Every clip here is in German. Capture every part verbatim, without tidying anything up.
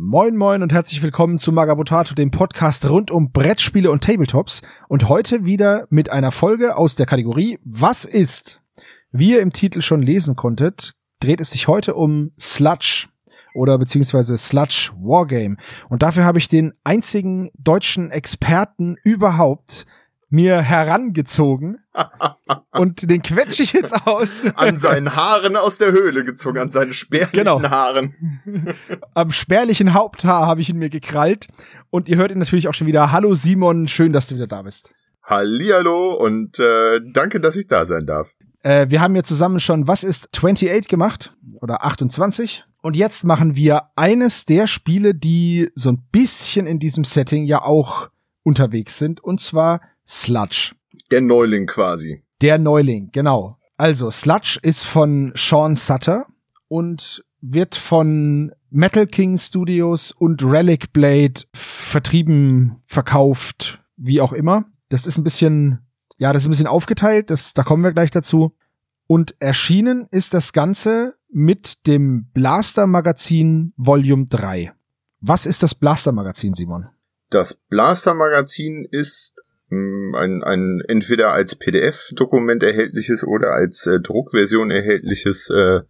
Moin moin und herzlich willkommen zu Magabotato, dem Podcast rund um Brettspiele und Tabletops. Und heute wieder mit einer Folge aus der Kategorie Was ist? Wie ihr im Titel schon lesen konntet, dreht es sich heute um Sludge oder beziehungsweise Sludge Wargame. Und dafür habe ich den einzigen deutschen Experten überhaupt mir herangezogen und den quetsche ich jetzt aus. An seinen Haaren aus der Höhle gezogen, an seinen spärlichen genau. Haaren. Am spärlichen Haupthaar habe ich ihn mir gekrallt und ihr hört ihn natürlich auch schon wieder. Hallo Simon, schön, dass du wieder da bist. Hallihallo und äh, danke, dass ich da sein darf. Äh, wir haben ja zusammen schon Was ist achtundzwanzig gemacht oder achtundzwanzig und jetzt machen wir eines der Spiele, die so ein bisschen in diesem Setting ja auch unterwegs sind, und zwar Sludge. Der Neuling quasi. Der Neuling, genau. Also, Sludge ist von Sean Sutter und wird von Metal King Studios und Relic Blade vertrieben, verkauft, wie auch immer. Das ist ein bisschen, ja, das ist ein bisschen aufgeteilt, das, da kommen wir gleich dazu. Und erschienen ist das Ganze mit dem Blaster Magazin Volume drei. Was ist das Blaster Magazin, Simon? Das Blaster Magazin ist Ein, ein entweder als P D F-Dokument erhältliches oder als äh, Druckversion erhältliches äh,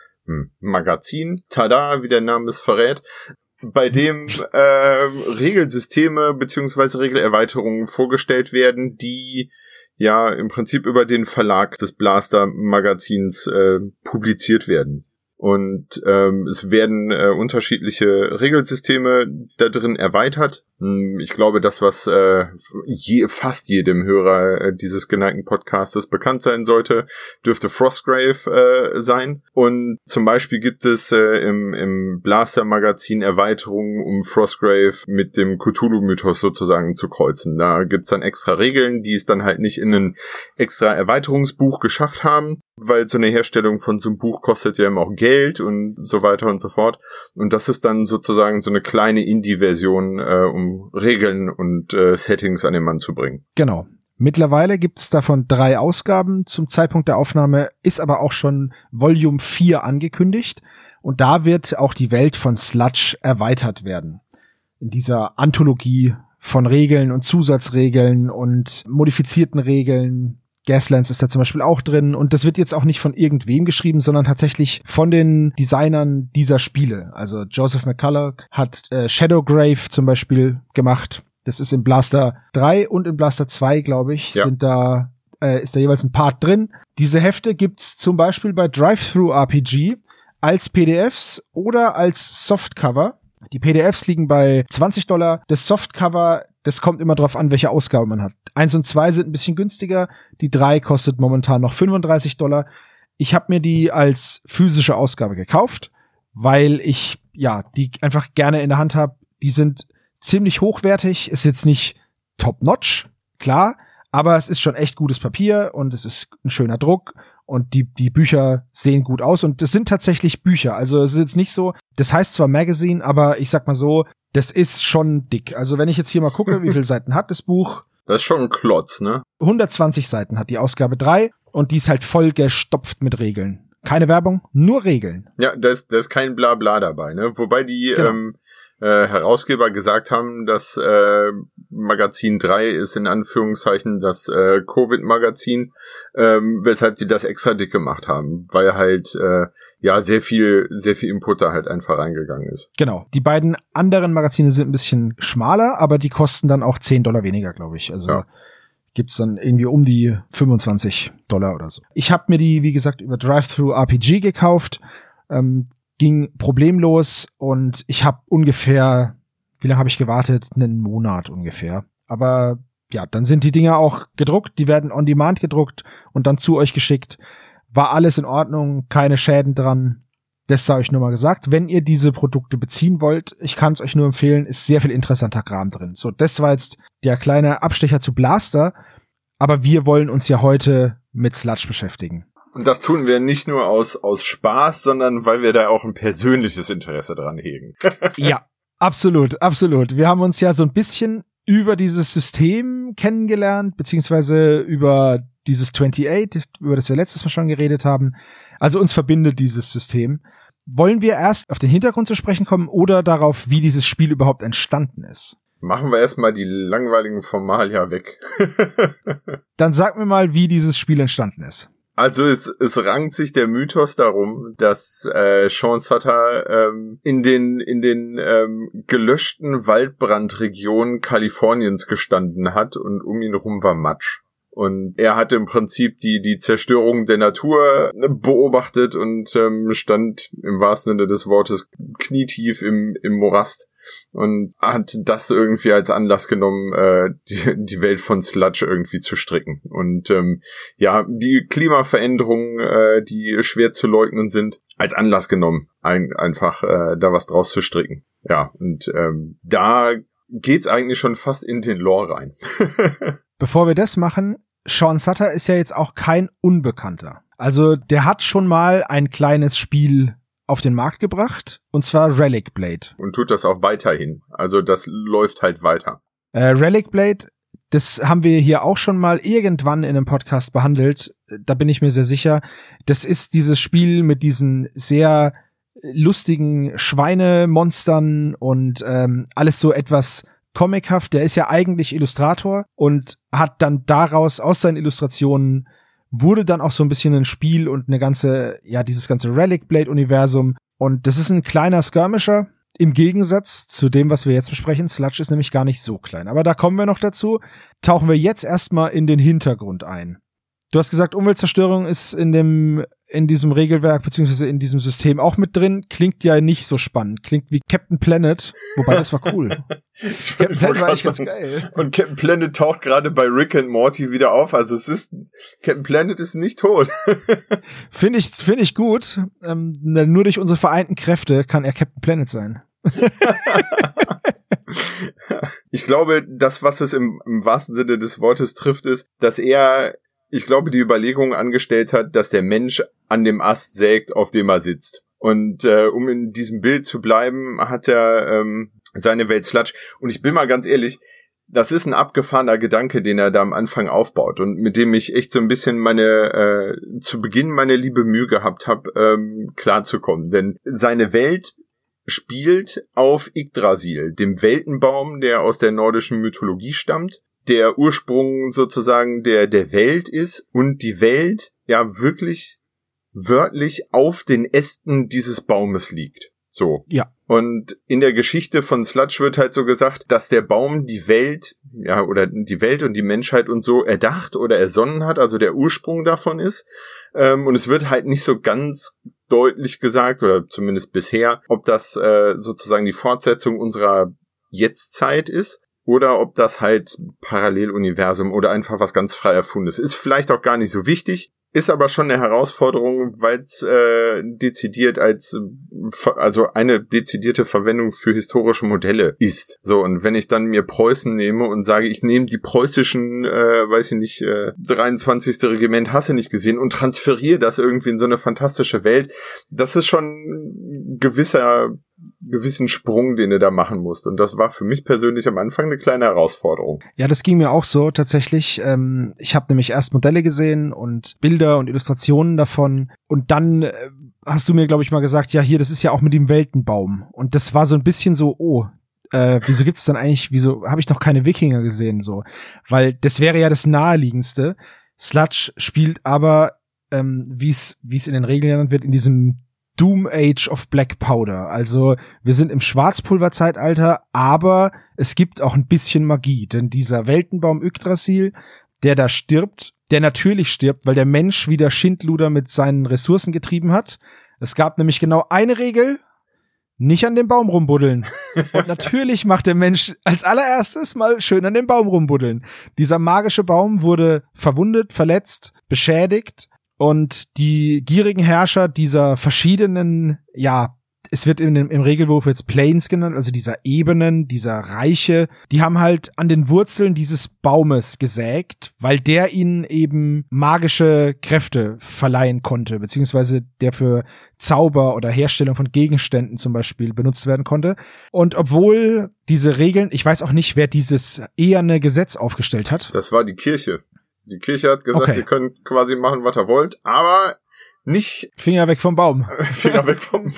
Magazin, tada, wie der Name es verrät, bei dem äh, Regelsysteme beziehungsweise Regelerweiterungen vorgestellt werden, die ja im Prinzip über den Verlag des Blaster-Magazins äh, publiziert werden. Und ähm, es werden äh, unterschiedliche Regelsysteme da drin erweitert. Ich glaube, das, was äh, je, fast jedem Hörer äh, dieses geneigten Podcastes bekannt sein sollte, dürfte Frostgrave äh, sein. Und zum Beispiel gibt es äh, im, im Blaster-Magazin Erweiterungen, um Frostgrave mit dem Cthulhu-Mythos sozusagen zu kreuzen. Da gibt's dann extra Regeln, die es dann halt nicht in ein extra Erweiterungsbuch geschafft haben, weil so eine Herstellung von so einem Buch kostet ja immer auch Geld und so weiter und so fort. Und das ist dann sozusagen so eine kleine Indie-Version, äh, um Regeln und äh, Settings an den Mann zu bringen. Genau. Mittlerweile gibt es davon drei Ausgaben. Zum Zeitpunkt der Aufnahme ist aber auch schon Volume vier angekündigt. Und da wird auch die Welt von Sludge erweitert werden. In dieser Anthologie von Regeln und Zusatzregeln und modifizierten Regeln. Gaslands ist da zum Beispiel auch drin, und das wird jetzt auch nicht von irgendwem geschrieben, sondern tatsächlich von den Designern dieser Spiele. Also Joseph McCullough hat äh, Shadowgrave zum Beispiel gemacht. Das ist im Blaster drei und im Blaster zwei, glaube ich, ja. sind da äh, ist da jeweils ein Part drin. Diese Hefte gibt's zum Beispiel bei Drive-Thru R P G als P D Fs oder als Softcover. Die P D Fs liegen bei zwanzig Dollar. Das Softcover, das kommt immer drauf an, welche Ausgabe man hat. Eins und zwei sind ein bisschen günstiger. Die drei kostet momentan noch fünfunddreißig Dollar. Ich habe mir die als physische Ausgabe gekauft, weil ich ja die einfach gerne in der Hand habe. Die sind ziemlich hochwertig. Ist jetzt nicht top-notch, klar, aber es ist schon echt gutes Papier und es ist ein schöner Druck. Und die, die Bücher sehen gut aus. Und das sind tatsächlich Bücher. Also es ist jetzt nicht so, das heißt zwar Magazine, aber ich sag mal so, das ist schon dick. Also wenn ich jetzt hier mal gucke, wie viele Seiten hat das Buch? Das ist schon ein Klotz, ne? hundertzwanzig Seiten hat die Ausgabe drei und die ist halt voll gestopft mit Regeln. Keine Werbung, nur Regeln. Ja, da ist, da ist kein Blabla dabei, ne? Wobei die genau. ähm, äh, Herausgeber gesagt haben, dass äh, Magazin drei ist in Anführungszeichen das äh, Covid-Magazin, ähm, weshalb die das extra dick gemacht haben, weil halt äh, ja sehr viel sehr viel Input da halt einfach reingegangen ist. Genau. Die beiden anderen Magazine sind ein bisschen schmaler, aber die kosten dann auch zehn Dollar weniger, glaube ich. Also ja. Gibt's dann irgendwie um die fünfundzwanzig Dollar oder so. Ich habe mir die, wie gesagt, über Drive-Thru R P G gekauft. Ähm, ging problemlos und ich habe ungefähr, wie lange habe ich gewartet? Einen Monat ungefähr. Aber ja, dann sind die Dinger auch gedruckt, die werden on demand gedruckt und dann zu euch geschickt. War alles in Ordnung, keine Schäden dran. Das sei euch nur mal gesagt. Wenn ihr diese Produkte beziehen wollt, ich kann es euch nur empfehlen, ist sehr viel interessanter Kram drin. So, das war jetzt der kleine Abstecher zu Blaster, aber wir wollen uns ja heute mit Sludge beschäftigen. Und das tun wir nicht nur aus aus Spaß, sondern weil wir da auch ein persönliches Interesse dran hegen. Ja, absolut, absolut. Wir haben uns ja so ein bisschen über dieses System kennengelernt, beziehungsweise über dieses achtundzwanzig, über das wir letztes Mal schon geredet haben. Also uns verbindet dieses System. wollen wir erst auf den Hintergrund zu sprechen kommen oder darauf, wie dieses Spiel überhaupt entstanden ist? Machen wir erstmal die langweiligen Formalia weg. Dann sag mir mal, wie dieses Spiel entstanden ist. Also es, es rankt sich der Mythos darum, dass äh, Sean Sutter ähm, in den in den ähm, gelöschten Waldbrandregionen Kaliforniens gestanden hat und um ihn rum war Matsch. Und er hat im Prinzip die die Zerstörung der Natur beobachtet und ähm, stand im wahrsten Sinne des Wortes knietief im im Morast und hat das irgendwie als Anlass genommen, äh, die, die Welt von Sludge irgendwie zu stricken. Und ähm, ja, die Klimaveränderungen, äh, die schwer zu leugnen sind, als Anlass genommen, ein, einfach äh, da was draus zu stricken. Ja, und ähm, da geht's eigentlich schon fast in den Lore rein. Bevor wir das machen, Sean Sutter ist ja jetzt auch kein Unbekannter. Also der hat schon mal ein kleines Spiel auf den Markt gebracht, und zwar Relic Blade. Und tut das auch weiterhin. Also das läuft halt weiter. Äh, Relic Blade, das haben wir hier auch schon mal irgendwann in einem Podcast behandelt. Da bin ich mir sehr sicher. Das ist dieses Spiel mit diesen sehr lustigen Schweinemonstern und ähm, alles so etwas comichaft. Der ist ja eigentlich Illustrator und hat dann daraus, aus seinen Illustrationen, wurde dann auch so ein bisschen ein Spiel und eine ganze, ja, dieses ganze Relic Blade Universum. Und das ist ein kleiner Skirmisher. Im Gegensatz zu dem, was wir jetzt besprechen. Sludge ist nämlich gar nicht so klein. Aber da kommen wir noch dazu. Tauchen wir jetzt erstmal in den Hintergrund ein. Du hast gesagt, Umweltzerstörung ist in dem, in diesem Regelwerk beziehungsweise in diesem System auch mit drin. Klingt ja nicht so spannend. Klingt wie Captain Planet. Wobei, das war cool. Captain Planet war echt ganz geil. Und Captain Planet taucht gerade bei Rick and Morty wieder auf. Also es ist, Captain Planet ist nicht tot. Finde ich, finde ich gut. Ähm, nur durch unsere vereinten Kräfte kann er Captain Planet sein. Ich glaube, das, was es im, im wahrsten Sinne des Wortes trifft, ist, dass er, ich glaube, die Überlegung angestellt hat, dass der Mensch an dem Ast sägt, auf dem er sitzt. Und äh, um in diesem Bild zu bleiben, hat er ähm, seine Welt Sludge. Und ich bin mal ganz ehrlich, das ist ein abgefahrener Gedanke, den er da am Anfang aufbaut und mit dem ich echt so ein bisschen meine, äh, zu Beginn meine liebe Mühe gehabt habe, ähm, klarzukommen. Denn seine Welt spielt auf Yggdrasil, dem Weltenbaum, der aus der nordischen Mythologie stammt, der Ursprung sozusagen der der Welt ist und die Welt ja wirklich wörtlich auf den Ästen dieses Baumes liegt. So. Ja. Und in der Geschichte von Sludge wird halt so gesagt, dass der Baum die Welt, ja, oder die Welt und die Menschheit und so erdacht oder ersonnen hat, also der Ursprung davon ist. Ähm, und es wird halt nicht so ganz deutlich gesagt, oder zumindest bisher, ob das äh, sozusagen die Fortsetzung unserer Jetztzeit ist oder ob das halt Paralleluniversum oder einfach was ganz frei erfundenes ist. Ist vielleicht auch gar nicht so wichtig, ist aber schon eine Herausforderung, weil es äh, dezidiert als, also eine dezidierte Verwendung für historische Modelle ist. So, und wenn ich dann mir Preußen nehme und sage, ich nehme die preußischen, äh, weiß ich nicht, äh, dreiundzwanzigste Regiment Hasse nicht gesehen und transferiere das irgendwie in so eine fantastische Welt, das ist schon ein gewisser gewissen Sprung, den du da machen musst. Und das war für mich persönlich am Anfang eine kleine Herausforderung. Ja, das ging mir auch so tatsächlich. Ähm, ich habe nämlich erst Modelle gesehen und Bilder und Illustrationen davon. Und dann äh, hast du mir, glaube ich, mal gesagt, ja, hier, das ist ja auch mit dem Weltenbaum. Und das war so ein bisschen so, oh, äh, wieso gibt's dann eigentlich, wieso habe ich noch keine Wikinger gesehen? So, weil das wäre ja das Naheliegendste. Sludge spielt aber, ähm, wie es wie es in den Regeln genannt wird, in diesem Doom Age of Black Powder. Also wir sind im Schwarzpulverzeitalter, aber es gibt auch ein bisschen Magie, denn dieser Weltenbaum Yggdrasil, der da stirbt, der natürlich stirbt, weil der Mensch wieder Schindluder mit seinen Ressourcen getrieben hat. Es gab nämlich genau eine Regel: nicht an dem Baum rumbuddeln. Und natürlich macht der Mensch als allererstes mal schön an dem Baum rumbuddeln. Dieser magische Baum wurde verwundet, verletzt, beschädigt. Und die gierigen Herrscher dieser verschiedenen, ja, es wird in, im Regelwurf jetzt Planes genannt, also dieser Ebenen, dieser Reiche, die haben halt an den Wurzeln dieses Baumes gesägt, weil der ihnen eben magische Kräfte verleihen konnte, beziehungsweise der für Zauber oder Herstellung von Gegenständen zum Beispiel benutzt werden konnte. Und obwohl diese Regeln, ich weiß auch nicht, wer dieses eherne Gesetz aufgestellt hat. Das war die Kirche. Die Kirche hat gesagt, okay, ihr könnt quasi machen, was ihr wollt, aber nicht Finger weg vom Baum. Finger weg vom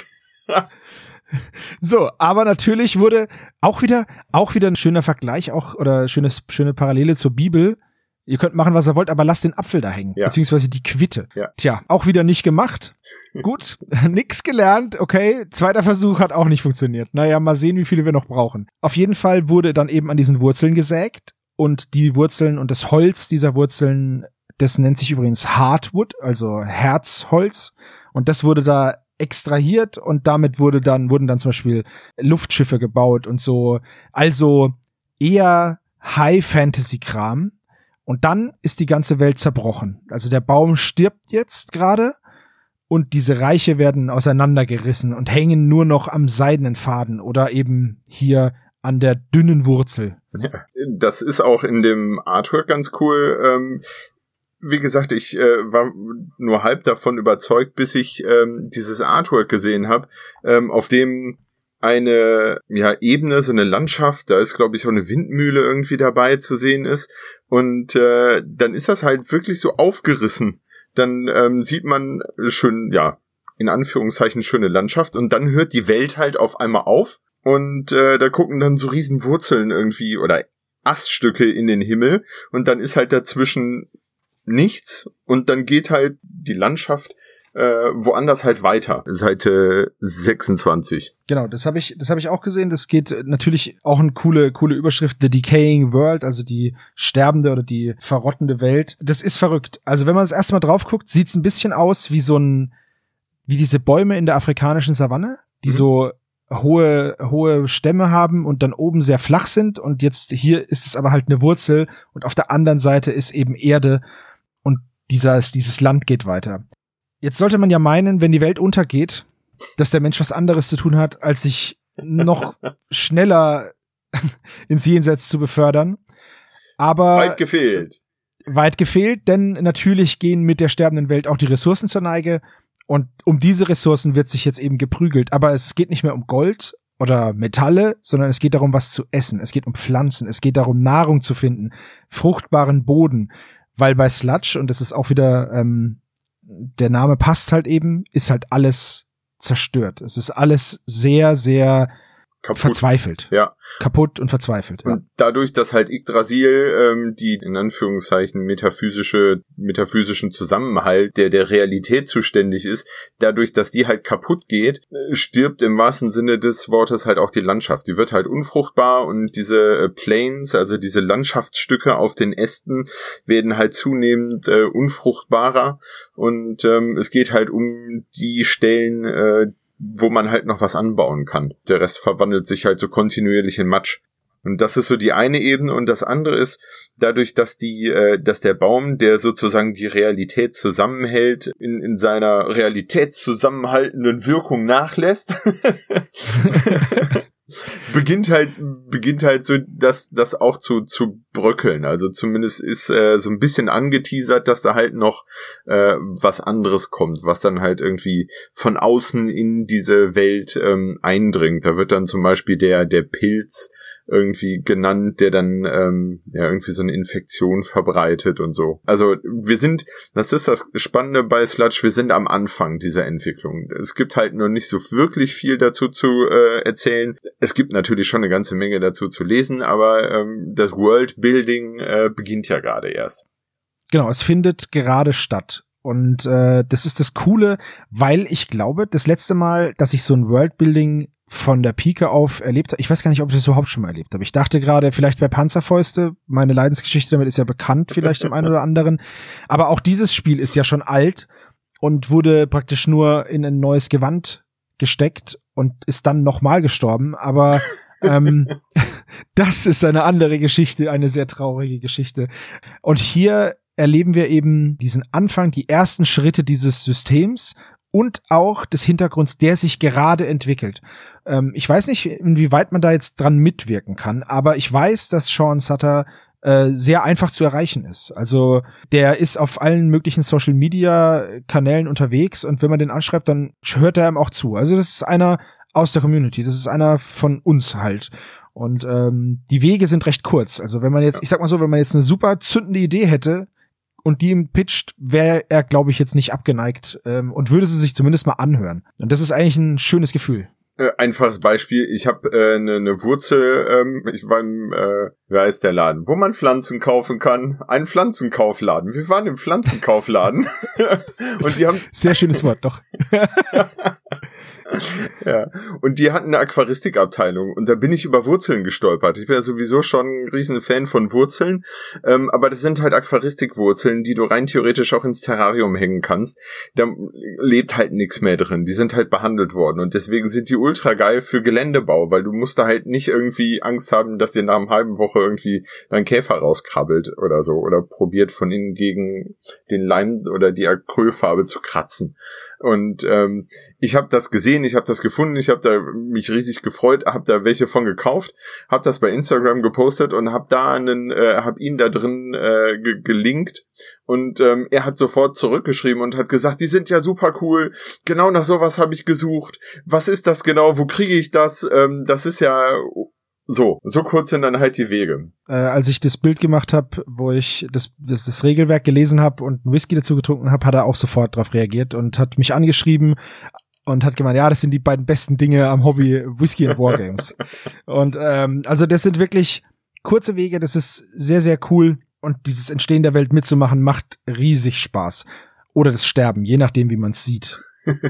So, aber natürlich wurde auch wieder, auch wieder ein schöner Vergleich, auch, oder schönes, schöne Parallele zur Bibel. Ihr könnt machen, was ihr wollt, aber lasst den Apfel da hängen, ja. beziehungsweise die Quitte. Ja. Tja, auch wieder nicht gemacht. Gut, nix gelernt, okay. Zweiter Versuch hat auch nicht funktioniert. Naja, mal sehen, wie viele wir noch brauchen. Auf jeden Fall wurde dann eben an diesen Wurzeln gesägt und die Wurzeln und das Holz dieser Wurzeln, das nennt sich übrigens Hardwood, also Herzholz. Und das wurde da extrahiert und damit wurde dann, wurden dann zum Beispiel Luftschiffe gebaut und so. Also eher High-Fantasy-Kram. Und dann ist die ganze Welt zerbrochen. Also der Baum stirbt jetzt gerade und diese Reiche werden auseinandergerissen und hängen nur noch am seidenen Faden oder eben hier an der dünnen Wurzel. Ja, das ist auch in dem Artwork ganz cool. Ähm, wie gesagt, ich äh, war nur halb davon überzeugt, bis ich ähm, dieses Artwork gesehen habe, ähm, auf dem eine ja Ebene, so eine Landschaft, da ist glaube ich auch eine Windmühle irgendwie dabei zu sehen ist und äh, dann ist das halt wirklich so aufgerissen. Dann ähm, sieht man schön, ja, in Anführungszeichen schöne Landschaft und dann hört die Welt halt auf einmal auf und äh, da gucken dann so riesen Wurzeln irgendwie oder Aststücke in den Himmel und dann ist halt dazwischen nichts und dann geht halt die Landschaft Äh, woanders halt weiter. Seite sechsundzwanzig. Genau, das habe ich, das habe ich auch gesehen. Das geht natürlich auch eine coole, coole Überschrift, The Decaying World, also die sterbende oder die verrottende Welt. Das ist verrückt. Also wenn man das erste Mal drauf guckt, sieht's ein bisschen aus wie so ein, wie diese Bäume in der afrikanischen Savanne, die mhm. so hohe, hohe Stämme haben und dann oben sehr flach sind. Und jetzt hier ist es aber halt eine Wurzel und auf der anderen Seite ist eben Erde und dieser, dieses Land geht weiter. Jetzt sollte man ja meinen, wenn die Welt untergeht, dass der Mensch was anderes zu tun hat, als sich noch schneller ins Jenseits zu befördern. Aber weit gefehlt. Weit gefehlt, denn natürlich gehen mit der sterbenden Welt auch die Ressourcen zur Neige. Und um diese Ressourcen wird sich jetzt eben geprügelt. Aber es geht nicht mehr um Gold oder Metalle, sondern es geht darum, was zu essen. Es geht um Pflanzen. Es geht darum, Nahrung zu finden, fruchtbaren Boden. Weil bei Sludge, und das ist auch wieder ähm, der Name passt halt eben, ist halt alles zerstört. Es ist alles sehr, sehr kaputt. Verzweifelt. Ja. Kaputt und verzweifelt. Und ja. dadurch, dass halt Yggdrasil ähm, die in Anführungszeichen metaphysische, metaphysischen Zusammenhalt der der Realität zuständig ist, dadurch, dass die halt kaputt geht, stirbt im wahrsten Sinne des Wortes halt auch die Landschaft. Die wird halt unfruchtbar und diese äh, Plains, also diese Landschaftsstücke auf den Ästen, werden halt zunehmend äh, unfruchtbarer und ähm, es geht halt um die Stellen, äh, wo man halt noch was anbauen kann. Der Rest verwandelt sich halt so kontinuierlich in Matsch. Und das ist so die eine Ebene. Und das andere ist, dadurch, dass die, äh, dass der Baum, der sozusagen die Realität zusammenhält, in, in seiner realitätszusammenhaltenden Wirkung nachlässt, beginnt halt, beginnt halt so, das, das auch zu, zu bröckeln. Also zumindest ist äh, so ein bisschen angeteasert, dass da halt noch äh, was anderes kommt, was dann halt irgendwie von außen in diese Welt ähm, eindringt. Da wird dann zum Beispiel der, der Pilz irgendwie genannt, der dann ähm, ja irgendwie so eine Infektion verbreitet und so. Also wir sind, das ist das Spannende bei Sludge, wir sind am Anfang dieser Entwicklung. Es gibt halt noch nicht so wirklich viel dazu zu äh, erzählen. Es gibt natürlich schon eine ganze Menge dazu zu lesen, aber ähm, das Worldbuilding äh, beginnt ja gerade erst. Genau, es findet gerade statt. Und äh, das ist das Coole, weil ich glaube, das letzte Mal, dass ich so ein Worldbuilding von der Pike auf erlebt habe, ich weiß gar nicht, ob ich das überhaupt schon mal erlebt habe. Ich dachte gerade, vielleicht bei Panzerfäuste, meine Leidensgeschichte damit ist ja bekannt, vielleicht dem einen oder anderen. Aber auch dieses Spiel ist ja schon alt und wurde praktisch nur in ein neues Gewand gesteckt und ist dann nochmal gestorben. Aber ähm, das ist eine andere Geschichte, eine sehr traurige Geschichte. Und hier erleben wir eben diesen Anfang, die ersten Schritte dieses Systems und auch des Hintergrunds, der sich gerade entwickelt. Ähm, ich weiß nicht, inwieweit man da jetzt dran mitwirken kann, aber ich weiß, dass Sean Sutter äh, sehr einfach zu erreichen ist. Also der ist auf allen möglichen Social-Media-Kanälen unterwegs und wenn man den anschreibt, dann hört er ihm auch zu. Also das ist einer aus der Community, das ist einer von uns halt. Und ähm, die Wege sind recht kurz. Also wenn man jetzt, ich sag mal so, wenn man jetzt eine super zündende Idee hätte, und die ihm pitcht, wäre er, glaube ich, jetzt nicht abgeneigt ähm, und würde sie sich zumindest mal anhören. Und das ist eigentlich ein schönes Gefühl. Äh, einfaches Beispiel, ich habe eine äh, ne, ne Wurzel, ähm, ich war im, äh, wie heißt der Laden, wo man Pflanzen kaufen kann, ein Pflanzenkaufladen. Wir waren im Pflanzenkaufladen und die haben... Sehr schönes Wort, doch. Ja, und die hatten eine Aquaristikabteilung und da bin ich über Wurzeln gestolpert. Ich bin ja sowieso schon ein riesen Fan von Wurzeln, ähm, aber das sind halt Aquaristikwurzeln, die du rein theoretisch auch ins Terrarium hängen kannst. Da lebt halt nichts mehr drin. Die sind halt behandelt worden und deswegen sind die ultra geil für Geländebau, weil du musst da halt nicht irgendwie Angst haben, dass dir nach einer halben Woche irgendwie ein Käfer rauskrabbelt oder so oder probiert von innen gegen den Leim oder die Acrylfarbe zu kratzen. Und ähm, ich habe das gesehen, ich habe das gefunden, ich habe da mich riesig gefreut, habe da welche von gekauft, habe das bei Instagram gepostet und habe da einen, äh, habe ihn da drin äh, ge- gelinkt und ähm, er hat sofort zurückgeschrieben und hat gesagt, die sind ja super cool, genau nach sowas habe ich gesucht. Was ist das genau? Wo kriege ich das? Ähm, das ist ja so, so kurz sind dann halt die Wege. Äh, als ich das Bild gemacht habe, wo ich das, das, das Regelwerk gelesen habe und einen Whisky dazu getrunken habe, hat er auch sofort darauf reagiert und hat mich angeschrieben und hat gemeint, ja, das sind die beiden besten Dinge am Hobby Whisky und Wargames. Und ähm, also das sind wirklich kurze Wege, das ist sehr, sehr cool und dieses Entstehen der Welt mitzumachen macht riesig Spaß. Oder das Sterben, je nachdem, wie man es sieht.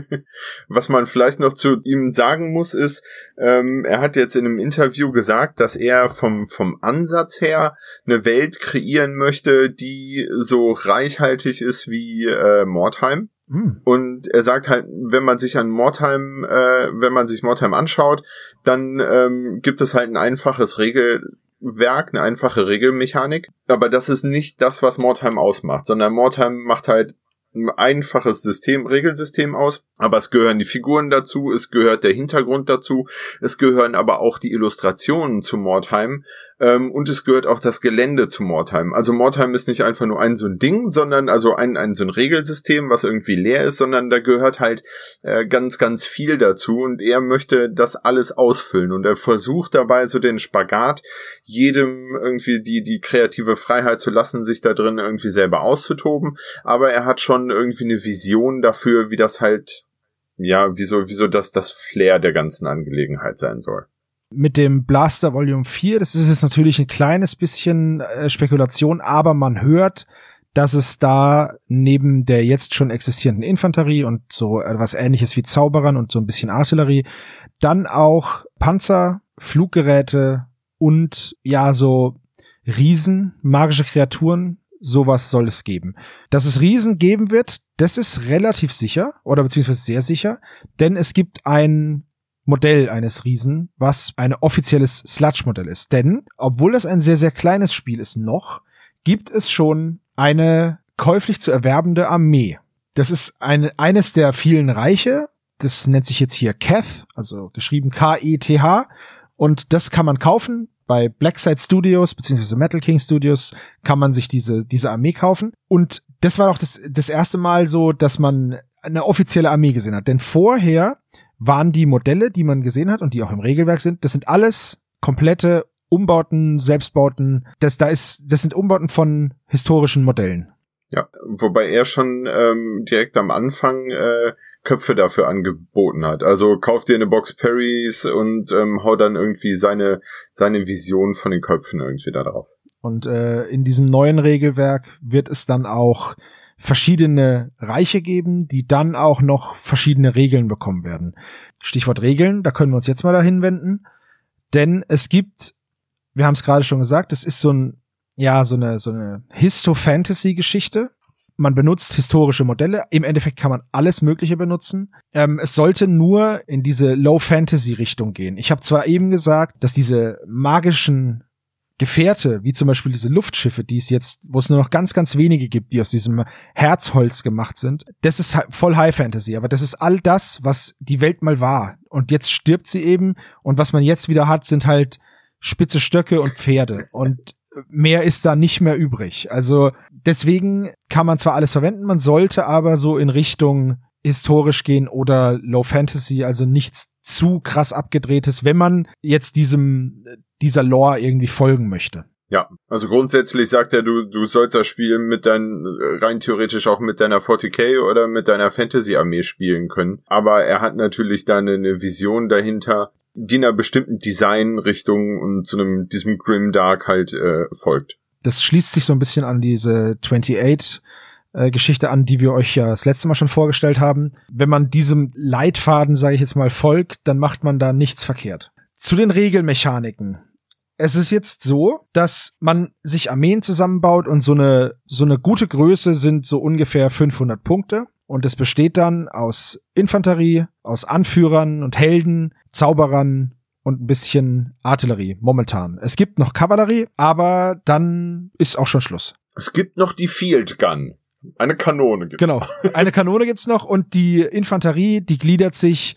Was man vielleicht noch zu ihm sagen muss, ist, ähm, er hat jetzt in einem Interview gesagt, dass er vom vom Ansatz her eine Welt kreieren möchte, die so reichhaltig ist wie äh, Mordheim. Mm. Und er sagt halt, wenn man sich an Mordheim, äh, wenn man sich Mordheim anschaut, dann ähm, gibt es halt ein einfaches Regelwerk, eine einfache Regelmechanik. Aber das ist nicht das, was Mordheim ausmacht, sondern Mordheim macht halt ein einfaches System, Regelsystem aus, aber es gehören die Figuren dazu, es gehört der Hintergrund dazu, es gehören aber auch die Illustrationen zu Mordheim ähm, und es gehört auch das Gelände zu Mordheim. Also Mordheim ist nicht einfach nur ein so ein Ding, sondern also ein, ein so ein Regelsystem, was irgendwie leer ist, sondern da gehört halt äh, ganz, ganz viel dazu und er möchte das alles ausfüllen und er versucht dabei so den Spagat, jedem irgendwie die, die kreative Freiheit zu lassen, sich da drin irgendwie selber auszutoben, aber er hat schon irgendwie eine Vision dafür, wie das halt, ja, wieso, wieso das das Flair der ganzen Angelegenheit sein soll. Mit dem Blaster Volume vier, das ist jetzt natürlich ein kleines bisschen äh, Spekulation, aber man hört, dass es da neben der jetzt schon existierenden Infanterie und so etwas Ähnliches wie Zauberern und so ein bisschen Artillerie, dann auch Panzer, Fluggeräte und ja, so Riesen, magische Kreaturen, sowas soll es geben. Dass es Riesen geben wird, das ist relativ sicher oder beziehungsweise sehr sicher, denn es gibt ein Modell eines Riesen, was ein offizielles Sludge-Modell ist. Denn, obwohl das ein sehr, sehr kleines Spiel ist noch, gibt es schon eine käuflich zu erwerbende Armee. Das ist eine, eines der vielen Reiche, das nennt sich jetzt hier Keth, also geschrieben K E T H, und das kann man kaufen. Bei Blackside Studios beziehungsweise Metal King Studios kann man sich diese diese Armee kaufen. Und das war auch das, das erste Mal so, dass man eine offizielle Armee gesehen hat. Denn vorher waren die Modelle, die man gesehen hat und die auch im Regelwerk sind, das sind alles komplette Umbauten, Selbstbauten. Das, da ist, das sind Umbauten von historischen Modellen. Ja, wobei er schon ähm, direkt am Anfang äh, Köpfe dafür angeboten hat. Also kauf dir eine Box Parrys und ähm, hau dann irgendwie seine seine Vision von den Köpfen irgendwie da drauf. Und äh, in diesem neuen Regelwerk wird es dann auch verschiedene Reiche geben, die dann auch noch verschiedene Regeln bekommen werden. Stichwort Regeln, da können wir uns jetzt mal dahin wenden. Denn es gibt, wir haben es gerade schon gesagt, es ist so ein ja, so eine, so eine Histo-Fantasy-Geschichte. Man benutzt historische Modelle. Im Endeffekt kann man alles Mögliche benutzen. Ähm, es sollte nur in diese Low-Fantasy-Richtung gehen. Ich habe zwar eben gesagt, dass diese magischen Gefährte, wie zum Beispiel diese Luftschiffe, die es jetzt, wo es nur noch ganz, ganz wenige gibt, die aus diesem Herzholz gemacht sind, das ist voll High-Fantasy. Aber das ist all das, was die Welt mal war. Und jetzt stirbt sie eben. Und was man jetzt wieder hat, sind halt spitze Stöcke und Pferde. Und mehr ist da nicht mehr übrig. Also deswegen kann man zwar alles verwenden, man sollte aber so in Richtung historisch gehen oder Low Fantasy, also nichts zu krass abgedrehtes, wenn man jetzt diesem dieser Lore irgendwie folgen möchte. Ja, also grundsätzlich sagt er, du du sollst das Spiel mit deinen, rein theoretisch auch mit deiner forty K oder mit deiner Fantasy-Armee spielen können. Aber er hat natürlich da eine, eine Vision dahinter, die einer bestimmten Designrichtung und zu einem diesem Grimdark halt äh, folgt. Das schließt sich so ein bisschen an diese achtundzwanzig äh, Geschichte an, die wir euch ja das letzte Mal schon vorgestellt haben. Wenn man diesem Leitfaden, sage ich jetzt mal, folgt, dann macht man da nichts verkehrt. Zu den Regelmechaniken. Es ist jetzt so, dass man sich Armeen zusammenbaut und so eine so eine gute Größe sind so ungefähr fünfhundert Punkte. Und es besteht dann aus Infanterie, aus Anführern und Helden, Zauberern und ein bisschen Artillerie momentan. Es gibt noch Kavallerie, aber dann ist auch schon Schluss. Es gibt noch die Field Gun. Eine Kanone gibt's. Genau, eine Kanone gibt's noch und die Infanterie, die gliedert sich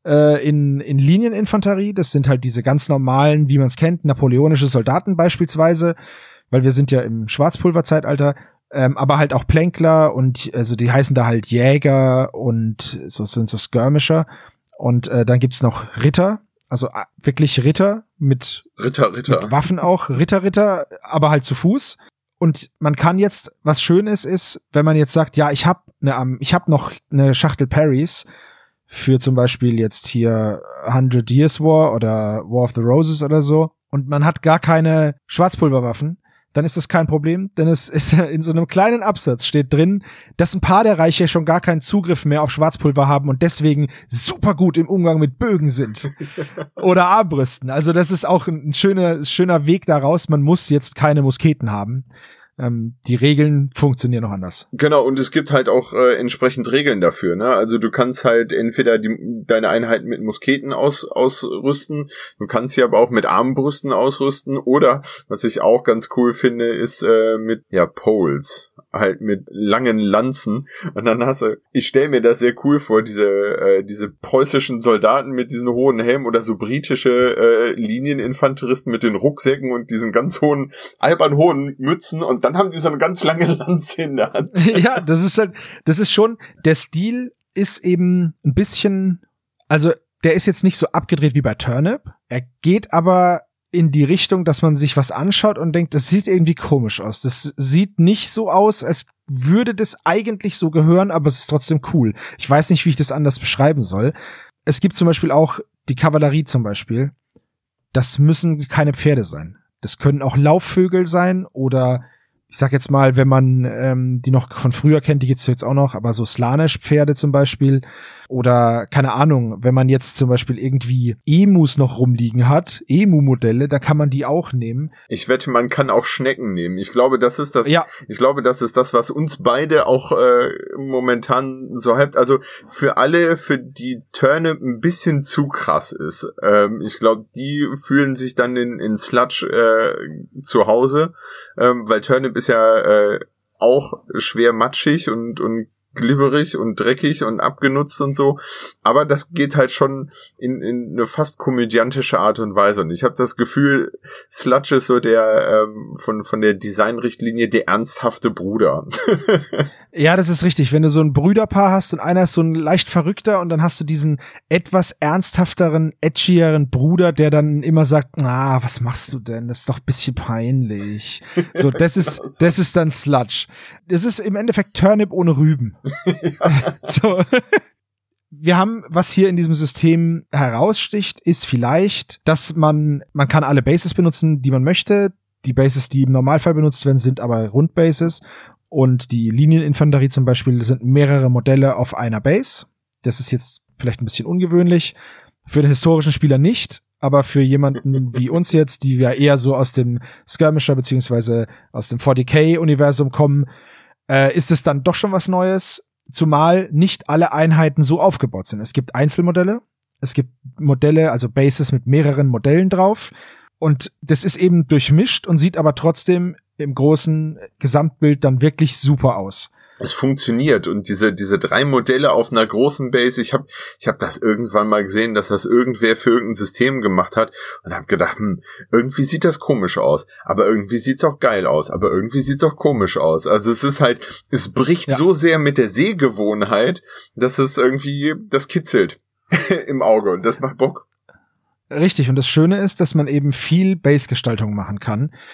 in, in Linieninfanterie. Das sind halt diese ganz normalen, wie man es kennt, napoleonische Soldaten beispielsweise, weil wir sind ja im Schwarzpulverzeitalter, ähm, aber halt auch Plänkler und also die heißen da halt Jäger und so sind so Skirmisher. Und äh, dann gibt's noch Ritter, also äh, wirklich Ritter mit, Ritter, Ritter. mit Waffen auch, Ritter, Ritter, aber halt zu Fuß. Und man kann jetzt, was Schönes ist, wenn man jetzt sagt, ja, ich hab ne, ich hab noch eine Schachtel Parries, für zum Beispiel jetzt hier Hundred Years War oder War of the Roses oder so, und man hat gar keine Schwarzpulverwaffen, dann ist das kein Problem, denn es ist in so einem kleinen Absatz steht drin, dass ein paar der Reiche schon gar keinen Zugriff mehr auf Schwarzpulver haben und deswegen super gut im Umgang mit Bögen sind oder Armbrüsten. Also das ist auch ein schöner, schöner Weg daraus. Man muss jetzt keine Musketen haben. Ähm, die Regeln funktionieren noch anders. Genau, und es gibt halt auch äh, entsprechend Regeln dafür, ne? Also du kannst halt entweder die, deine Einheiten mit Musketen aus, ausrüsten, du kannst sie aber auch mit Armbrüsten ausrüsten oder, was ich auch ganz cool finde, ist äh, mit, ja, Poles, halt mit langen Lanzen. Und dann hast du, ich stelle mir das sehr cool vor, diese äh, diese preußischen Soldaten mit diesen hohen Helmen oder so britische äh, Linieninfanteristen mit den Rucksäcken und diesen ganz hohen, albern hohen Mützen und dann haben die so eine ganz lange Lanze in der Hand. Ja, das ist halt, das ist schon, der Stil ist eben ein bisschen, also der ist jetzt nicht so abgedreht wie bei Turnip. Er geht aber in die Richtung, dass man sich was anschaut und denkt, das sieht irgendwie komisch aus. Das sieht nicht so aus, als würde das eigentlich so gehören, aber es ist trotzdem cool. Ich weiß nicht, wie ich das anders beschreiben soll. Es gibt zum Beispiel auch die Kavallerie zum Beispiel. Das müssen keine Pferde sein. Das können auch Laufvögel sein oder ich sag jetzt mal, wenn man ähm, die noch von früher kennt, die gibt's jetzt auch noch, aber so Slaanesh-Pferde zum Beispiel oder keine Ahnung, wenn man jetzt zum Beispiel irgendwie Emus noch rumliegen hat, Emu-Modelle, da kann man die auch nehmen. Ich wette, man kann auch Schnecken nehmen. Ich glaube, das ist das. Ja. Ich glaube, das ist das, was uns beide auch äh, momentan so halbt. Also für alle, für die Turnip ein bisschen zu krass ist. Ähm, ich glaube, die fühlen sich dann in, in Sludge äh, zu Hause, ähm, weil Turnip ist ja äh, auch schwer matschig und und glibberig und dreckig und abgenutzt und so, aber das geht halt schon in, in eine fast komödiantische Art und Weise und ich habe das Gefühl, Sludge ist so der ähm, von von der Designrichtlinie der ernsthafte Bruder. Ja, das ist richtig. Wenn du so ein Brüderpaar hast und einer ist so ein leicht verrückter und dann hast du diesen etwas ernsthafteren, edgieren Bruder, der dann immer sagt, ah, was machst du denn? Das ist doch ein bisschen peinlich. So, das ist, das ist dann Sludge. Das ist im Endeffekt Turnip ohne Rüben. Ja. So. Wir haben, was hier in diesem System heraussticht, ist vielleicht, dass man, man kann alle Bases benutzen, die man möchte. Die Bases, die im Normalfall benutzt werden, sind aber Rundbases. Und die Linieninfanterie zum Beispiel sind mehrere Modelle auf einer Base. Das ist jetzt vielleicht ein bisschen ungewöhnlich. Für den historischen Spieler nicht, aber für jemanden wie uns jetzt, die wir eher so aus dem Skirmisher beziehungsweise aus dem forty K-Universum kommen, äh, ist es dann doch schon was Neues. Zumal nicht alle Einheiten so aufgebaut sind. Es gibt Einzelmodelle, es gibt Modelle, also Bases mit mehreren Modellen drauf. Und das ist eben durchmischt und sieht aber trotzdem im großen Gesamtbild dann wirklich super aus. Es funktioniert und diese diese drei Modelle auf einer großen Base, ich habe ich habe das irgendwann mal gesehen, dass das irgendwer für irgendein System gemacht hat und habe gedacht, hm, irgendwie sieht das komisch aus, aber irgendwie sieht's auch geil aus, aber irgendwie sieht's auch komisch aus. Also es ist halt, es bricht ja so sehr mit der Sehgewohnheit, dass es irgendwie, das kitzelt im Auge und das macht Bock. Richtig, und das Schöne ist, dass man eben viel Base-Gestaltung machen kann.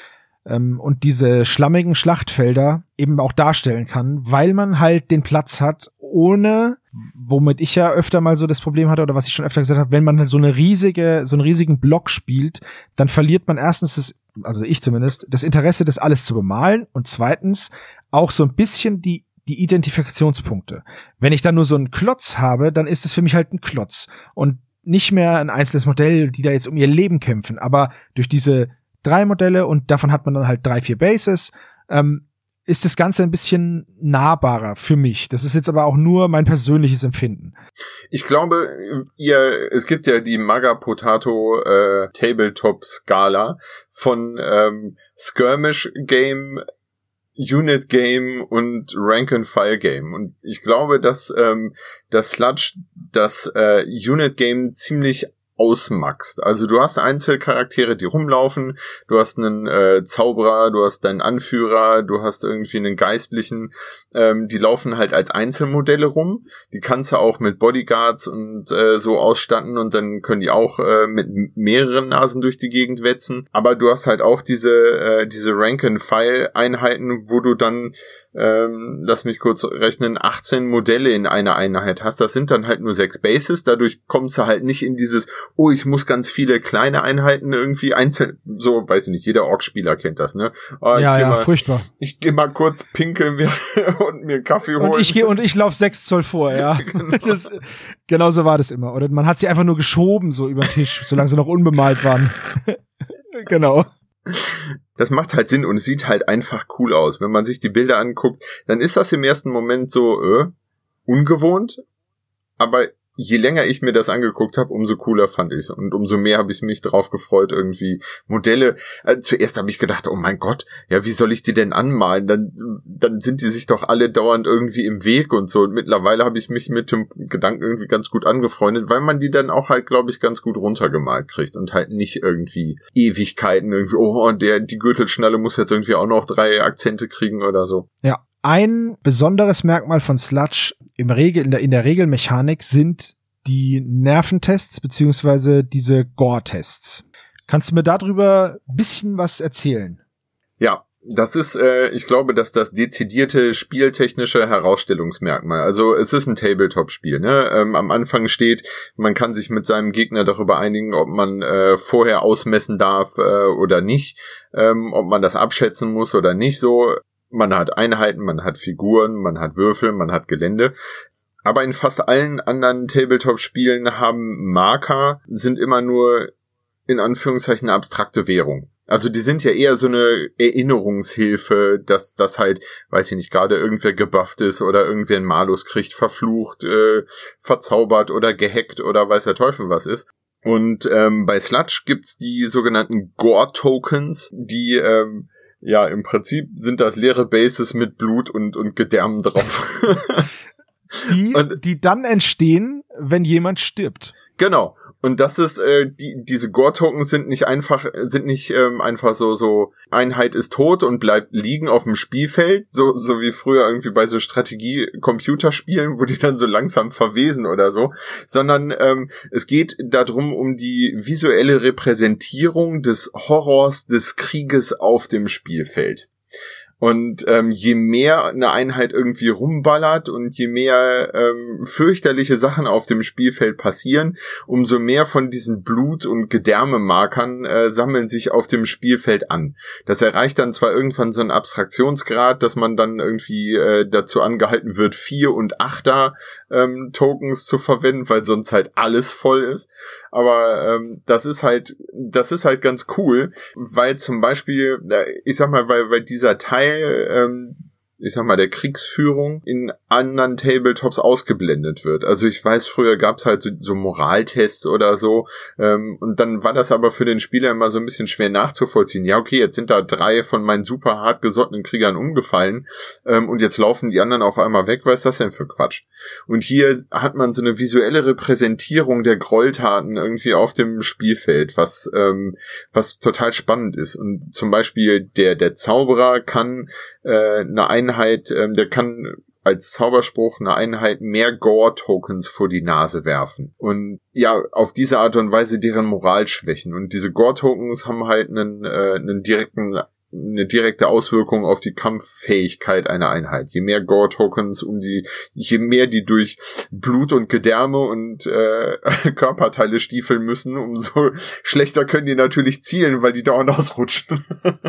ähm, und diese schlammigen Schlachtfelder eben auch darstellen kann, weil man halt den Platz hat, ohne, womit ich ja öfter mal so das Problem hatte oder was ich schon öfter gesagt habe, wenn man halt so eine riesige, so einen riesigen Block spielt, dann verliert man erstens das, also ich zumindest, das Interesse, das alles zu bemalen und zweitens auch so ein bisschen die die Identifikationspunkte. Wenn ich dann nur so einen Klotz habe, dann ist es für mich halt ein Klotz und nicht mehr ein einzelnes Modell, die da jetzt um ihr Leben kämpfen, aber durch diese drei Modelle und davon hat man dann halt drei, vier Bases, ähm, ist das Ganze ein bisschen nahbarer für mich. Das ist jetzt aber auch nur mein persönliches Empfinden. Ich glaube, ihr, es gibt ja die Maga Potato äh, Tabletop Skala von ähm, Skirmish Game, Unit Game und Rank and File Game. Und ich glaube, dass ähm, das Sludge das äh, Unit Game ziemlich ausmaxt. Also du hast Einzelcharaktere, die rumlaufen, du hast einen äh, Zauberer, du hast deinen Anführer, du hast irgendwie einen Geistlichen, ähm, die laufen halt als Einzelmodelle rum, die kannst du auch mit Bodyguards und äh, so ausstatten und dann können die auch äh, mit mehreren Nasen durch die Gegend wetzen, aber du hast halt auch diese äh, diese Rank-and-File-Einheiten, wo du dann ähm, lass mich kurz rechnen, achtzehn Modelle in einer Einheit hast, das sind dann halt nur sechs Bases, dadurch kommst du halt nicht in dieses oh, ich muss ganz viele kleine Einheiten irgendwie einzeln, so, weiß ich nicht, jeder Orc-Spieler kennt das, ne? Oh, ja, ja, mal, furchtbar. Ich geh mal kurz pinkeln und mir Kaffee holen. Und ich gehe und ich laufe sechs Zoll vor, ja. Genau. Das, genau so war das immer. Oder man hat sie einfach nur geschoben, so über den Tisch, solange sie noch unbemalt waren. Genau. Das macht halt Sinn und es sieht halt einfach cool aus. Wenn man sich die Bilder anguckt, dann ist das im ersten Moment so äh, ungewohnt, aber je länger ich mir das angeguckt habe, umso cooler fand ich es und umso mehr habe ich mich drauf gefreut, irgendwie Modelle. Äh, zuerst habe ich gedacht, oh mein Gott, ja, wie soll ich die denn anmalen? Dann dann sind die sich doch alle dauernd irgendwie im Weg und so. Und mittlerweile habe ich mich mit dem Gedanken irgendwie ganz gut angefreundet, weil man die dann auch halt, glaube ich, ganz gut runtergemalt kriegt und halt nicht irgendwie Ewigkeiten irgendwie, oh, der die Gürtelschnalle muss jetzt irgendwie auch noch drei Akzente kriegen oder so. Ja. Ein besonderes Merkmal von Sludge im Regel, in der, in der Regelmechanik sind die Nerventests beziehungsweise diese Gore-Tests. Kannst du mir darüber ein bisschen was erzählen? Ja, das ist, äh, ich glaube, dass das dezidierte spieltechnische Herausstellungsmerkmal. Also es ist ein Tabletop-Spiel. Ne? Ähm, am Anfang steht, man kann sich mit seinem Gegner darüber einigen, ob man äh, vorher ausmessen darf äh, oder nicht, ähm, ob man das abschätzen muss oder nicht so. Man hat Einheiten, man hat Figuren, man hat Würfel, man hat Gelände. Aber in fast allen anderen Tabletop-Spielen haben Marker, sind immer nur in Anführungszeichen eine abstrakte Währung. Also die sind ja eher so eine Erinnerungshilfe, dass das halt, weiß ich nicht, gerade irgendwer gebufft ist oder irgendwer einen Malus kriegt, verflucht, äh, verzaubert oder gehackt oder weiß der Teufel was ist. Und ähm, bei Sludge gibt's die sogenannten Gore-Tokens, die ähm, ja, im Prinzip sind das leere Bases mit Blut und, und Gedärmen drauf. die, und, die dann entstehen, wenn jemand stirbt. Genau. Und das ist, äh, die, diese Gore-Tokens sind nicht einfach, sind nicht ähm, einfach so, so, Einheit ist tot und bleibt liegen auf dem Spielfeld, so, so wie früher irgendwie bei so Strategie-Computerspielen, wo die dann so langsam verwesen oder so, sondern ähm, es geht darum, um die visuelle Repräsentierung des Horrors des Krieges auf dem Spielfeld. Und ähm, je mehr eine Einheit irgendwie rumballert und je mehr ähm, fürchterliche Sachen auf dem Spielfeld passieren, umso mehr von diesen Blut- und Gedärmemarkern äh, sammeln sich auf dem Spielfeld an. Das erreicht dann zwar irgendwann so einen Abstraktionsgrad, dass man dann irgendwie äh, dazu angehalten wird, vier und achter ähm, Tokens zu verwenden, weil sonst halt alles voll ist. Aber ähm, das ist halt, das ist halt ganz cool, weil zum Beispiel, ich sag mal, weil, weil dieser Teil, ähm, ich sag mal, der Kriegsführung in anderen Tabletops ausgeblendet wird. Also ich weiß, früher gab's halt so, so Moraltests oder so, ähm, und dann war das aber für den Spieler immer so ein bisschen schwer nachzuvollziehen. Ja, okay, jetzt sind da drei von meinen super hart gesottenen Kriegern umgefallen, ähm, und jetzt laufen die anderen auf einmal weg. Was ist das denn für Quatsch? Und hier hat man so eine visuelle Repräsentierung der Gräueltaten irgendwie auf dem Spielfeld, was ähm, was total spannend ist. Und zum Beispiel der der Zauberer kann äh, eine Einheit, ähm, der kann als Zauberspruch eine Einheit mehr Gore-Tokens vor die Nase werfen. Und ja, auf diese Art und Weise deren Moral schwächen. Und diese Gore-Tokens haben halt einen, äh, einen direkten eine direkte Auswirkung auf die Kampffähigkeit einer Einheit. Je mehr Gore-Tokens, um die, je mehr die durch Blut und Gedärme und äh, Körperteile stiefeln müssen, umso schlechter können die natürlich zielen, weil die dauernd ausrutschen.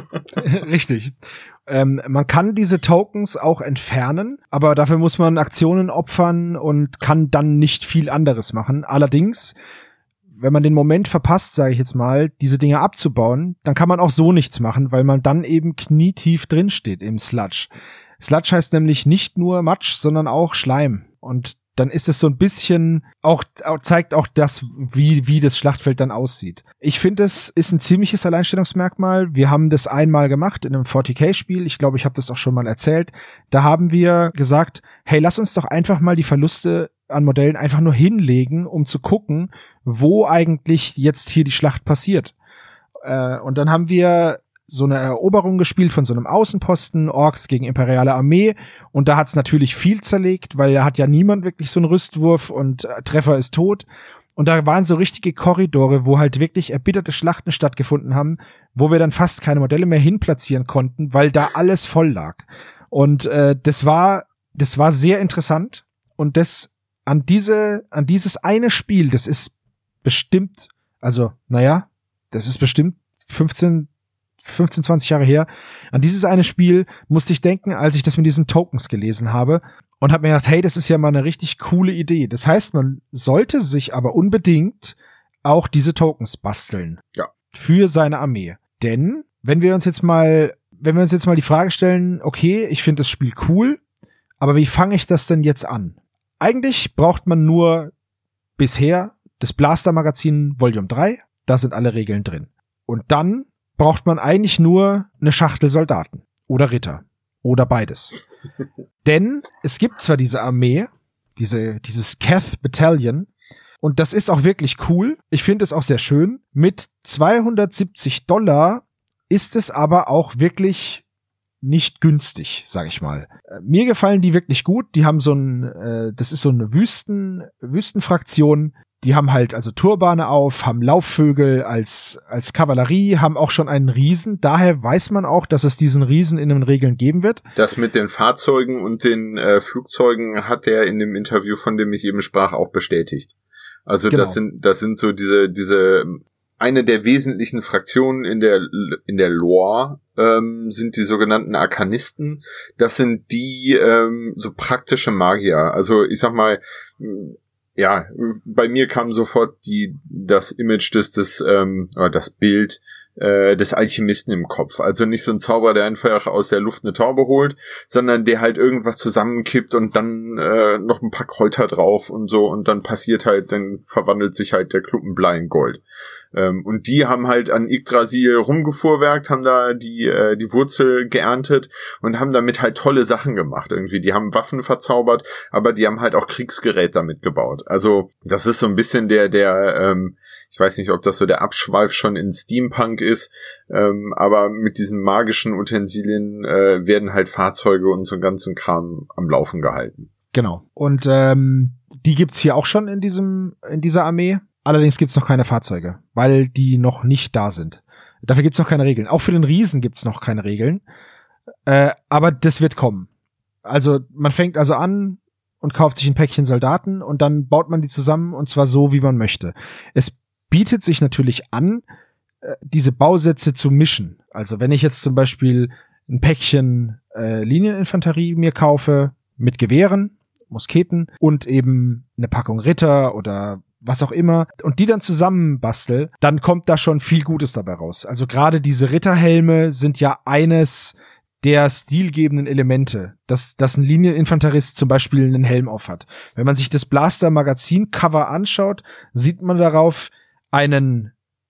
Richtig. Ähm, man kann diese Tokens auch entfernen, aber dafür muss man Aktionen opfern und kann dann nicht viel anderes machen. Allerdings, wenn man den Moment verpasst, sage ich jetzt mal, diese Dinge abzubauen, dann kann man auch so nichts machen, weil man dann eben knietief drinsteht im Sludge. Sludge heißt nämlich nicht nur Matsch, sondern auch Schleim. Und dann ist es so ein bisschen, auch zeigt auch das, wie wie das Schlachtfeld dann aussieht. Ich finde, es ist ein ziemliches Alleinstellungsmerkmal. Wir haben das einmal gemacht in einem forty K-Spiel. Ich glaube, ich habe das auch schon mal erzählt. Da haben wir gesagt, hey, lass uns doch einfach mal die Verluste an Modellen einfach nur hinlegen, um zu gucken, wo eigentlich jetzt hier die Schlacht passiert. Äh, und dann haben wir so eine Eroberung gespielt von so einem Außenposten, Orks gegen imperiale Armee, und da hat's natürlich viel zerlegt, weil da hat ja niemand wirklich so einen Rüstwurf und äh, Treffer ist tot. Und da waren so richtige Korridore, wo halt wirklich erbitterte Schlachten stattgefunden haben, wo wir dann fast keine Modelle mehr hinplatzieren konnten, weil da alles voll lag. Und äh, das war das war sehr interessant, und das an diese an dieses eine Spiel, das ist bestimmt, also naja, das ist bestimmt fünfzehn, zwanzig Jahre her. An dieses eine Spiel musste ich denken, als ich das mit diesen Tokens gelesen habe, und habe mir gedacht, hey, das ist ja mal eine richtig coole Idee. Das heißt, man sollte sich aber unbedingt auch diese Tokens basteln. Ja. Für seine Armee. Denn, wenn wir uns jetzt mal, wenn wir uns jetzt mal die Frage stellen, okay, ich finde das Spiel cool, aber wie fange ich das denn jetzt an? Eigentlich braucht man nur bisher das Blaster-Magazin Volume drei, da sind alle Regeln drin. Und dann braucht man eigentlich nur eine Schachtel Soldaten oder Ritter oder beides. Denn es gibt zwar diese Armee, diese dieses Keth Battalion, und das ist auch wirklich cool. Ich finde es auch sehr schön. Mit zweihundertsiebzig Dollar ist es aber auch wirklich nicht günstig, sag ich mal. Äh, mir gefallen die wirklich gut. Die haben so ein, äh, das ist so eine Wüsten, Wüstenfraktion. Die haben halt also Turbane auf, haben Laufvögel als als Kavallerie, haben auch schon einen Riesen. Daher weiß man auch, dass es diesen Riesen in den Regeln geben wird. Das mit den Fahrzeugen und den äh, Flugzeugen hat er in dem Interview, von dem ich eben sprach, auch bestätigt. Also genau. das sind das sind so diese diese eine der wesentlichen Fraktionen in der in der Lore ähm, sind die sogenannten Arkanisten. Das sind die ähm, so praktische Magier. Also ich sag mal, ja, bei mir kam sofort die das Image des des ähm, oder das Bild äh, des Alchemisten im Kopf. Also nicht so ein Zauberer, der einfach aus der Luft eine Taube holt, sondern der halt irgendwas zusammenkippt und dann äh, noch ein paar Kräuter drauf und so, und dann passiert halt, dann verwandelt sich halt der Klumpen Blei in Gold. Ähm, und die haben halt an Yggdrasil rumgefuhrwerkt, haben da die äh, die Wurzel geerntet und haben damit halt tolle Sachen gemacht irgendwie. Die haben Waffen verzaubert, aber die haben halt auch Kriegsgerät damit gebaut. Also das ist so ein bisschen der der ähm, ich weiß nicht, ob das so der Abschweif schon in Steampunk ist, ähm, aber mit diesen magischen Utensilien äh, werden halt Fahrzeuge und so einen ganzen Kram am Laufen gehalten. Genau. Und ähm, die gibt's hier auch schon in diesem in dieser Armee. Allerdings gibt's noch keine Fahrzeuge, weil die noch nicht da sind. Dafür gibt's noch keine Regeln. Auch für den Riesen gibt's noch keine Regeln. Äh, aber das wird kommen. Also man fängt also an und kauft sich ein Päckchen Soldaten und dann baut man die zusammen, und zwar so, wie man möchte. Es bietet sich natürlich an, diese Bausätze zu mischen. Also wenn ich jetzt zum Beispiel ein Päckchen äh, Linieninfanterie mir kaufe mit Gewehren, Musketen und eben eine Packung Ritter oder was auch immer, und die dann zusammenbastel, dann kommt da schon viel Gutes dabei raus. Also gerade diese Ritterhelme sind ja eines der stilgebenden Elemente, dass, dass ein Linieninfanterist zum Beispiel einen Helm aufhat. Wenn man sich das Blaster-Magazin-Cover anschaut, sieht man darauf einen,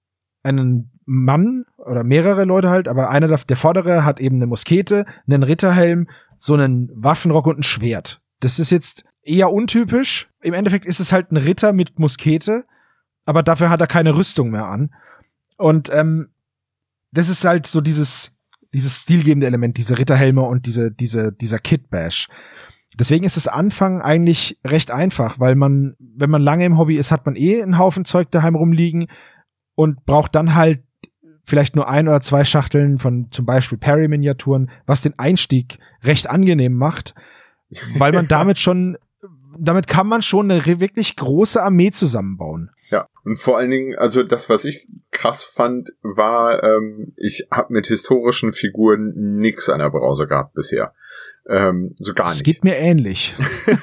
einen Mann oder mehrere Leute halt, aber einer, der vordere hat eben eine Muskete, einen Ritterhelm, so einen Waffenrock und ein Schwert. Das ist jetzt eher untypisch. Im Endeffekt ist es halt ein Ritter mit Muskete, aber dafür hat er keine Rüstung mehr an. Und ähm, das ist halt so dieses dieses stilgebende Element, diese Ritterhelme und diese diese dieser Kit-Bash. Deswegen ist das Anfangen eigentlich recht einfach, weil man, wenn man lange im Hobby ist, hat man eh einen Haufen Zeug daheim rumliegen und braucht dann halt vielleicht nur ein oder zwei Schachteln von zum Beispiel Perry-Miniaturen, was den Einstieg recht angenehm macht, weil man damit schon, damit kann man schon eine wirklich große Armee zusammenbauen. Ja, und vor allen Dingen, also das, was ich krass fand, war, ähm, ich habe mit historischen Figuren nix an der Brause gehabt bisher. Ähm, so gar nicht. Es geht mir ähnlich.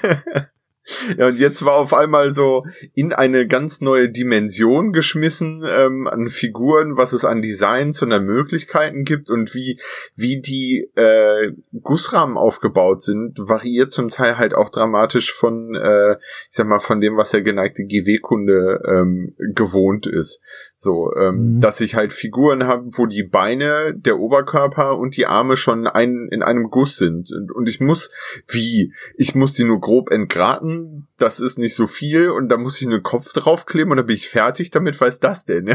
Ja, und jetzt war auf einmal so in eine ganz neue Dimension geschmissen ähm, an Figuren, was es an Designs und an Möglichkeiten gibt und wie wie die äh, Gussrahmen aufgebaut sind, variiert zum Teil halt auch dramatisch von, äh, ich sag mal, von dem, was der geneigte G W-Kunde ähm, gewohnt ist. So, ähm, mhm. dass ich halt Figuren habe, wo die Beine, der Oberkörper und die Arme schon ein, in einem Guss sind. Und, und ich muss, wie? Ich muss die nur grob entgraten. Das ist nicht so viel und da muss ich einen Kopf draufkleben und dann bin ich fertig damit. Was ist das denn?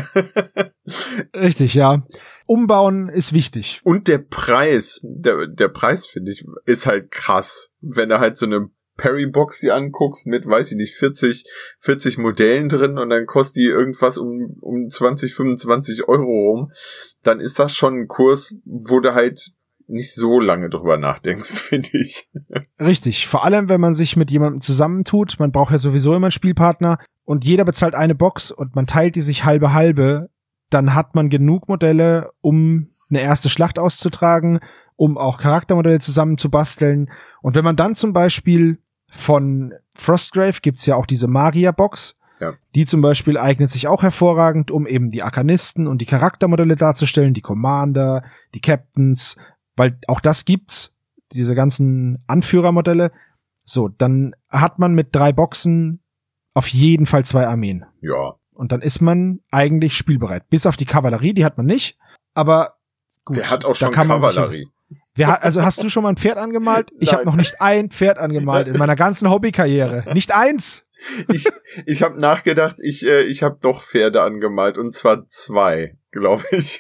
Richtig, ja. Umbauen ist wichtig. Und der Preis, der, der Preis, finde ich, ist halt krass. Wenn du halt so eine Perry-Box die anguckst mit, weiß ich nicht, vierzig, vierzig Modellen drin und dann kostet die irgendwas um, um zwanzig, fünfundzwanzig Euro rum, dann ist das schon ein Kurs, wo du halt nicht so lange drüber nachdenkst, finde ich. Richtig, vor allem, wenn man sich mit jemandem zusammentut, man braucht ja sowieso immer einen Spielpartner und jeder bezahlt eine Box und man teilt die sich halbe halbe, dann hat man genug Modelle, um eine erste Schlacht auszutragen, um auch Charaktermodelle zusammenzubasteln. Und wenn man dann zum Beispiel von Frostgrave gibt's ja auch diese Magier-Box, ja. Die zum Beispiel eignet sich auch hervorragend, um eben die Arkanisten und die Charaktermodelle darzustellen, die Commander, die Captains, weil auch das gibt's, diese ganzen Anführermodelle. So, dann hat man mit drei Boxen auf jeden Fall zwei Armeen. Ja. Und dann ist man eigentlich spielbereit. Bis auf die Kavallerie, die hat man nicht. Aber gut. Wer hat auch schon Kavallerie? Wer hat, also hast du schon mal ein Pferd angemalt? Ich habe noch nicht ein Pferd angemalt in meiner ganzen Hobbykarriere. Nicht eins. Ich, ich habe nachgedacht, ich, äh, ich habe doch Pferde angemalt. Und zwar zwei, glaube ich.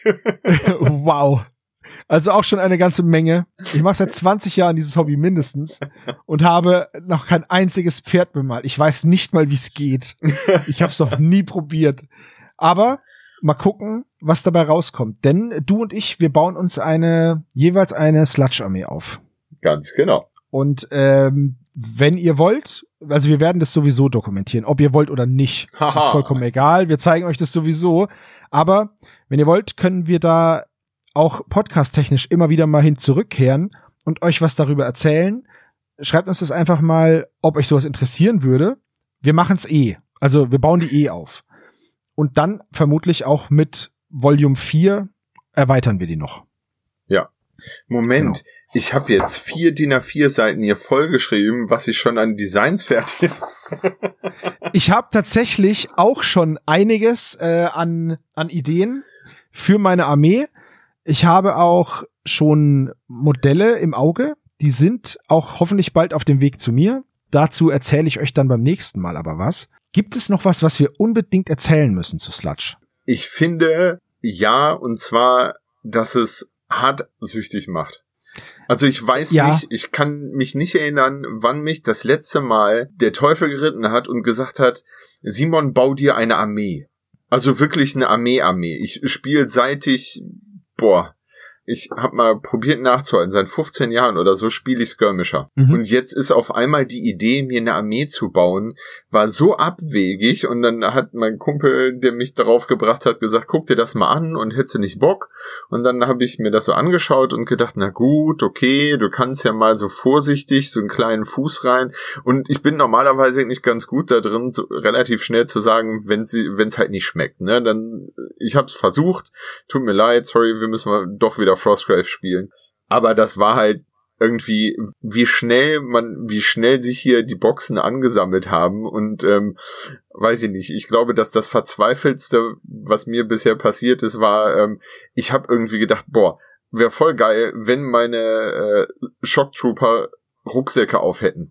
Wow. Also auch schon eine ganze Menge. Ich mache seit zwanzig Jahren dieses Hobby mindestens und habe noch kein einziges Pferd bemalt. Ich weiß nicht mal, wie es geht. Ich habe es noch nie probiert. Aber mal gucken, was dabei rauskommt. Denn du und ich, wir bauen uns eine jeweils eine Sludge-Armee auf. Ganz genau. Und ähm, wenn ihr wollt, also wir werden das sowieso dokumentieren, ob ihr wollt oder nicht. Das ist vollkommen egal. Wir zeigen euch das sowieso. Aber wenn ihr wollt, können wir da auch podcast-technisch immer wieder mal hin zurückkehren und euch was darüber erzählen. Schreibt uns das einfach mal, ob euch sowas interessieren würde. Wir machen's eh. Also wir bauen die eh auf. Und dann vermutlich auch mit Volume vier erweitern wir die noch. Ja. Moment, genau. Ich habe jetzt vier D I N A vier Seiten hier vollgeschrieben, was ich schon an Designs fertig habe. Ich habe tatsächlich auch schon einiges äh, an, an Ideen für meine Armee. Ich habe auch schon Modelle im Auge, die sind auch hoffentlich bald auf dem Weg zu mir. Dazu erzähle ich euch dann beim nächsten Mal aber was. Gibt es noch was, was wir unbedingt erzählen müssen zu Sludge? Ich finde, ja, und zwar, dass es hart süchtig macht. Also ich weiß ja. nicht, ich kann mich nicht erinnern, wann mich das letzte Mal der Teufel geritten hat und gesagt hat, Simon, bau dir eine Armee. Also wirklich eine Armee-Armee. Ich spiele seit ich Boah, ich habe mal probiert nachzuhalten, seit fünfzehn Jahren oder so spiele ich Skirmisher. Mhm. Und jetzt ist auf einmal die Idee, mir eine Armee zu bauen, war so abwegig und dann hat mein Kumpel, der mich darauf gebracht hat, gesagt, guck dir das mal an und hättest du nicht Bock? Und dann habe ich mir das so angeschaut und gedacht, na gut, okay, du kannst ja mal so vorsichtig so einen kleinen Fuß rein. Und ich bin normalerweise nicht ganz gut da drin, so relativ schnell zu sagen, wenn sie, wenn es halt nicht schmeckt. Ne, dann, ich habe es versucht, tut mir leid, sorry, wir müssen mal doch wieder Frostgrave spielen. Aber das war halt irgendwie, wie schnell man, wie schnell sich hier die Boxen angesammelt haben und ähm, weiß ich nicht, ich glaube, dass das Verzweifeltste, was mir bisher passiert ist, war, ähm, ich habe irgendwie gedacht, boah, wäre voll geil, wenn meine äh, Shocktrooper Rucksäcke auf hätten.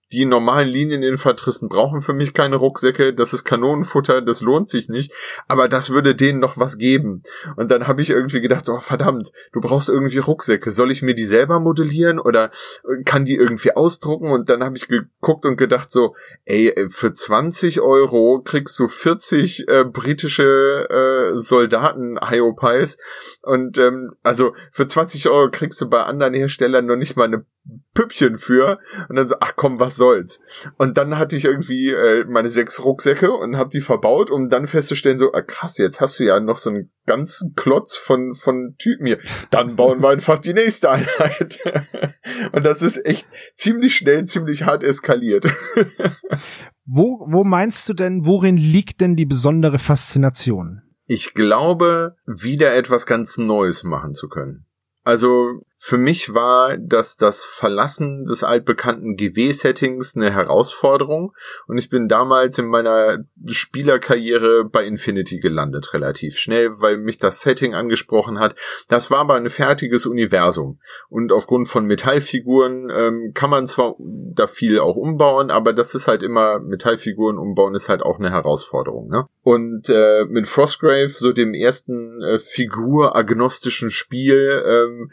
die normalen Linieninfanteristen brauchen für mich keine Rucksäcke, das ist Kanonenfutter, das lohnt sich nicht, aber das würde denen noch was geben. Und dann habe ich irgendwie gedacht, so, oh, verdammt, du brauchst irgendwie Rucksäcke, soll ich mir die selber modellieren oder kann die irgendwie ausdrucken? Und dann habe ich geguckt und gedacht so, ey, für zwanzig Euro kriegst du vierzig äh, britische äh, Soldaten-Hyopies und ähm, also für zwanzig Euro kriegst du bei anderen Herstellern noch nicht mal eine Püppchen für und dann so, ach komm, was soll's. Und dann hatte ich irgendwie äh, meine sechs Rucksäcke und habe die verbaut, um dann festzustellen, so, ah, krass, jetzt hast du ja noch so einen ganzen Klotz von von Typen hier. Dann bauen wir einfach die nächste Einheit. Und das ist echt ziemlich schnell, ziemlich hart eskaliert. Wo, wo meinst du denn, worin liegt denn die besondere Faszination? Ich glaube, wieder etwas ganz Neues machen zu können. Also für mich war das das Verlassen des altbekannten G W-Settings eine Herausforderung und ich bin damals in meiner Spielerkarriere bei Infinity gelandet, relativ schnell, weil mich das Setting angesprochen hat. Das war aber ein fertiges Universum und aufgrund von Metallfiguren ähm, kann man zwar da viel auch umbauen, aber das ist halt immer, Metallfiguren umbauen ist halt auch eine Herausforderung, ne? Und äh, mit Frostgrave, so dem ersten äh, figuragnostischen Spiel, ähm,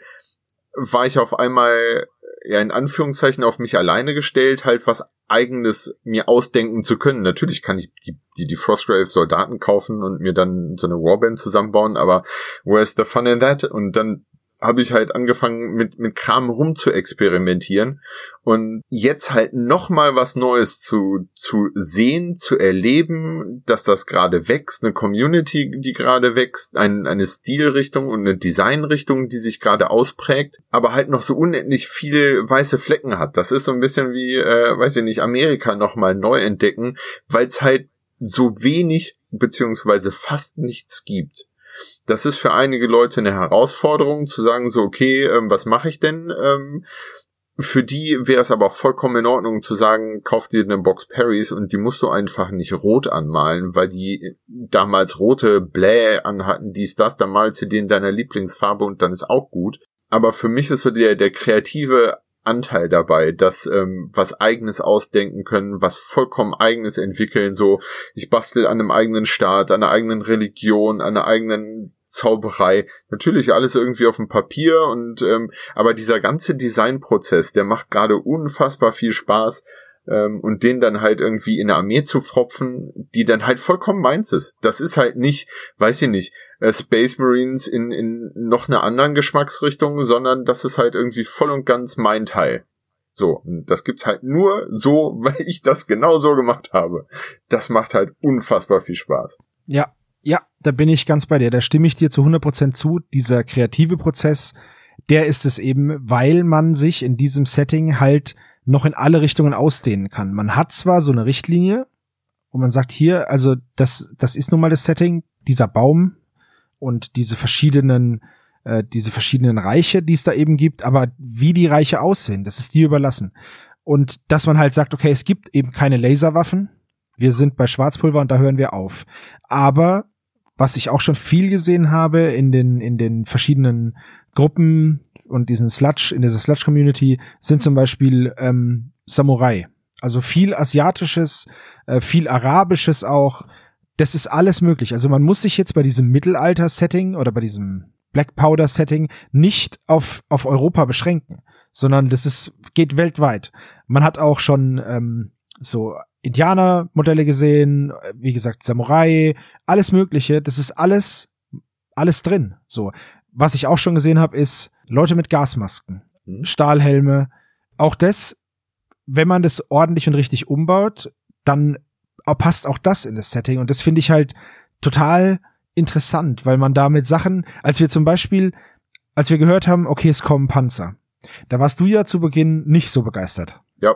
war ich auf einmal, ja in Anführungszeichen, auf mich alleine gestellt, halt was Eigenes mir ausdenken zu können. Natürlich kann ich die die, die Frostgrave-Soldaten kaufen und mir dann so eine Warband zusammenbauen, aber where's the fun in that? Und dann habe ich halt angefangen, mit mit Kram rum zu experimentieren und jetzt halt noch mal was Neues zu zu sehen, zu erleben, dass das gerade wächst, eine Community, die gerade wächst, ein, eine Stilrichtung und eine Designrichtung, die sich gerade ausprägt, aber halt noch so unendlich viele weiße Flecken hat. Das ist so ein bisschen wie, äh, weiß ich nicht, Amerika noch mal neu entdecken, weil es halt so wenig beziehungsweise fast nichts gibt. Das ist für einige Leute eine Herausforderung, zu sagen so, okay, ähm, was mache ich denn? Ähm, für die wäre es aber auch vollkommen in Ordnung zu sagen, kauf dir eine Box Parrys und die musst du einfach nicht rot anmalen, weil die damals rote Bläh anhatten, dies, das, dann malst du den deiner Lieblingsfarbe und dann ist auch gut. Aber für mich ist so der, der kreative Anteil dabei, dass ähm, was Eigenes ausdenken können, was vollkommen Eigenes entwickeln, so ich bastel an einem eigenen Staat, an einer eigenen Religion, an einer eigenen Zauberei, natürlich alles irgendwie auf dem Papier und ähm, aber dieser ganze Designprozess, der macht gerade unfassbar viel Spaß ähm, und den dann halt irgendwie in eine Armee zu pfropfen, die dann halt vollkommen meins ist. Das ist halt nicht, weiß ich nicht, äh, Space Marines in in noch einer anderen Geschmacksrichtung, sondern das ist halt irgendwie voll und ganz mein Teil. So, das gibt's halt nur so, weil ich das genau so gemacht habe. Das macht halt unfassbar viel Spaß. Ja. Ja, da bin ich ganz bei dir. Da stimme ich dir zu hundert Prozent zu. Dieser kreative Prozess, der ist es eben, weil man sich in diesem Setting halt noch in alle Richtungen ausdehnen kann. Man hat zwar so eine Richtlinie, wo man sagt, hier, also das das ist nun mal das Setting, dieser Baum und diese verschiedenen äh, diese verschiedenen Reiche, die es da eben gibt, aber wie die Reiche aussehen, das ist dir überlassen. Und dass man halt sagt, okay, es gibt eben keine Laserwaffen, wir sind bei Schwarzpulver und da hören wir auf. Aber was ich auch schon viel gesehen habe in den in den verschiedenen Gruppen und diesen Sludge, in dieser Sludge-Community, sind zum Beispiel ähm, Samurai. Also viel Asiatisches, äh, viel Arabisches auch. Das ist alles möglich. Also man muss sich jetzt bei diesem Mittelalter-Setting oder bei diesem Black Powder-Setting nicht auf auf Europa beschränken, sondern das ist geht weltweit. Man hat auch schon ähm, so Indianer-Modelle gesehen, wie gesagt, Samurai, alles Mögliche, das ist alles, alles drin. So, was ich auch schon gesehen habe, ist Leute mit Gasmasken, mhm. Stahlhelme. Auch das, wenn man das ordentlich und richtig umbaut, dann passt auch das in das Setting. Und das finde ich halt total interessant, weil man damit Sachen, als wir zum Beispiel, als wir gehört haben, okay, es kommen Panzer, da warst du ja zu Beginn nicht so begeistert. Ja.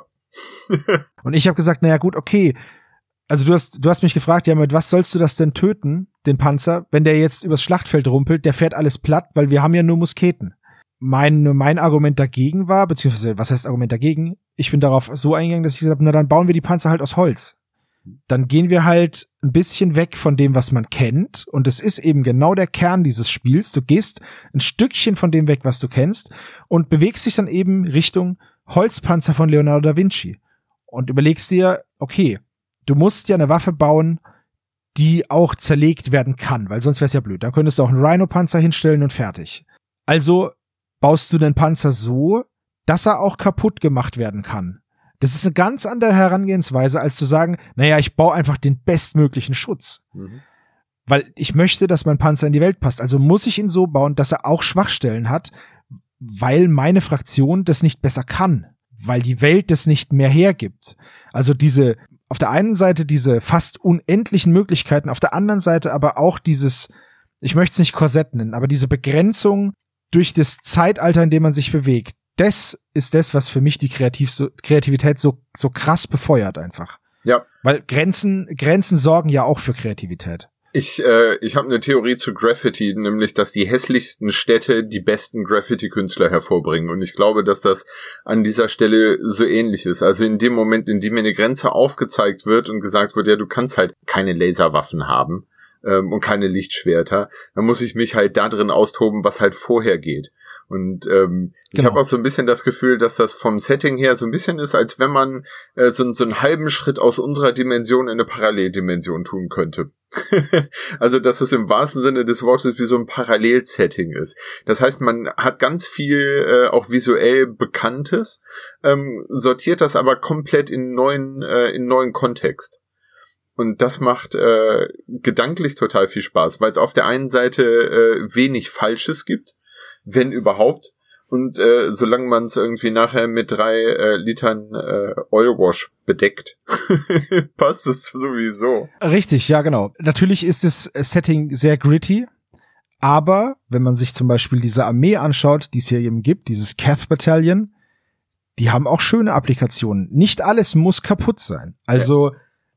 Und ich habe gesagt, naja gut, okay, also du hast du hast mich gefragt, ja, mit was sollst du das denn töten, den Panzer, wenn der jetzt übers Schlachtfeld rumpelt, der fährt alles platt, weil wir haben ja nur Musketen. Mein mein Argument dagegen war, beziehungsweise was heißt Argument dagegen? Ich bin darauf so eingegangen, dass ich gesagt habe, na dann bauen wir die Panzer halt aus Holz. Dann gehen wir halt ein bisschen weg von dem, was man kennt, und es ist eben genau der Kern dieses Spiels. Du gehst ein Stückchen von dem weg, was du kennst, und bewegst dich dann eben Richtung Holzpanzer von Leonardo da Vinci. und überlegst dir, okay, du musst ja eine Waffe bauen, die auch zerlegt werden kann, weil sonst wäre es ja blöd. Dann könntest du auch einen Rhino-Panzer hinstellen und fertig. Also baust du den Panzer so, dass er auch kaputt gemacht werden kann. Das ist eine ganz andere Herangehensweise, als zu sagen, naja, ich baue einfach den bestmöglichen Schutz. Mhm. Weil ich möchte, dass mein Panzer in die Welt passt. Also muss ich ihn so bauen, dass er auch Schwachstellen hat, weil meine Fraktion das nicht besser kann. Weil die Welt das nicht mehr hergibt. Also diese, auf der einen Seite diese fast unendlichen Möglichkeiten, auf der anderen Seite aber auch dieses, ich möchte es nicht Korsett nennen, aber diese Begrenzung durch das Zeitalter, in dem man sich bewegt. Das ist das, was für mich die Kreativ so, Kreativität so, so krass befeuert einfach. Ja. Weil Grenzen, Grenzen sorgen ja auch für Kreativität. Ich, äh, ich habe eine Theorie zu Graffiti, nämlich, dass die hässlichsten Städte die besten Graffiti-Künstler hervorbringen. Und ich glaube, dass das an dieser Stelle so ähnlich ist. Also in dem Moment, in dem mir eine Grenze aufgezeigt wird und gesagt wird, ja, du kannst halt keine Laserwaffen haben ähm, und keine Lichtschwerter, dann muss ich mich halt da drin austoben, was halt vorher geht. Und ähm, genau. Ich habe auch so ein bisschen das Gefühl, dass das vom Setting her so ein bisschen ist, als wenn man äh, so, so einen halben Schritt aus unserer Dimension in eine Paralleldimension tun könnte. Also, dass es im wahrsten Sinne des Wortes wie so ein Parallelsetting ist. Das heißt, man hat ganz viel äh, auch visuell Bekanntes, ähm, sortiert das aber komplett in neuen, äh, in neuen Kontext. Und das macht äh, gedanklich total viel Spaß, weil es auf der einen Seite äh, wenig Falsches gibt, wenn überhaupt. Und äh, solange man es irgendwie nachher mit drei äh, Litern äh, Oilwash bedeckt, passt es sowieso. Richtig, ja genau. Natürlich ist das Setting sehr gritty, aber wenn man sich zum Beispiel diese Armee anschaut, die es hier eben gibt, dieses Cath Battalion, die haben auch schöne Applikationen. Nicht alles muss kaputt sein. Also ja.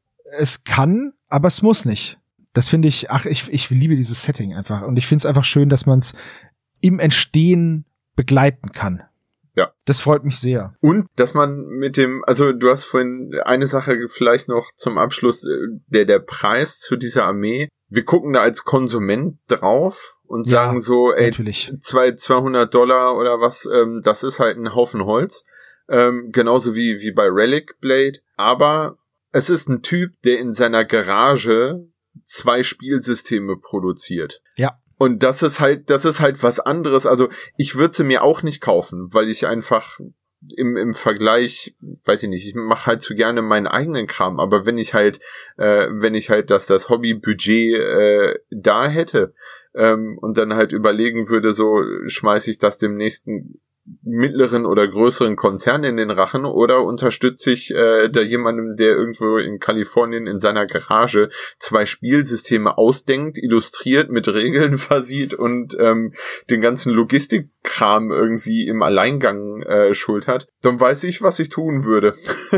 Es kann, aber es muss nicht. Das finde ich, ach, ich, ich liebe dieses Setting einfach. Und ich finde es einfach schön, dass man es im Entstehen begleiten kann. Ja. Das freut mich sehr. Und, dass man mit dem, also du hast vorhin eine Sache vielleicht noch zum Abschluss, der, der Preis zu dieser Armee. Wir gucken da als Konsument drauf und ja, sagen so, ey, natürlich. zwei, zweihundert Dollar oder was, ähm, das ist halt ein Haufen Holz. Ähm, genauso wie, wie bei Relic Blade. Aber es ist ein Typ, der in seiner Garage zwei Spielsysteme produziert. Ja. Und das ist halt, das ist halt was anderes. Also ich würde sie mir auch nicht kaufen, weil ich einfach im im Vergleich, weiß ich nicht, ich mache halt zu gerne meinen eigenen Kram. Aber wenn ich halt, äh, wenn ich halt das das Hobbybudget äh, da hätte ähm, und dann halt überlegen würde, so schmeiße ich das dem nächsten mittleren oder größeren Konzern in den Rachen oder unterstütze ich äh, da jemandem, der irgendwo in Kalifornien in seiner Garage zwei Spielsysteme ausdenkt, illustriert, mit Regeln versieht und ähm, den ganzen Logistikkram irgendwie im Alleingang äh, schultert, dann weiß ich, was ich tun würde.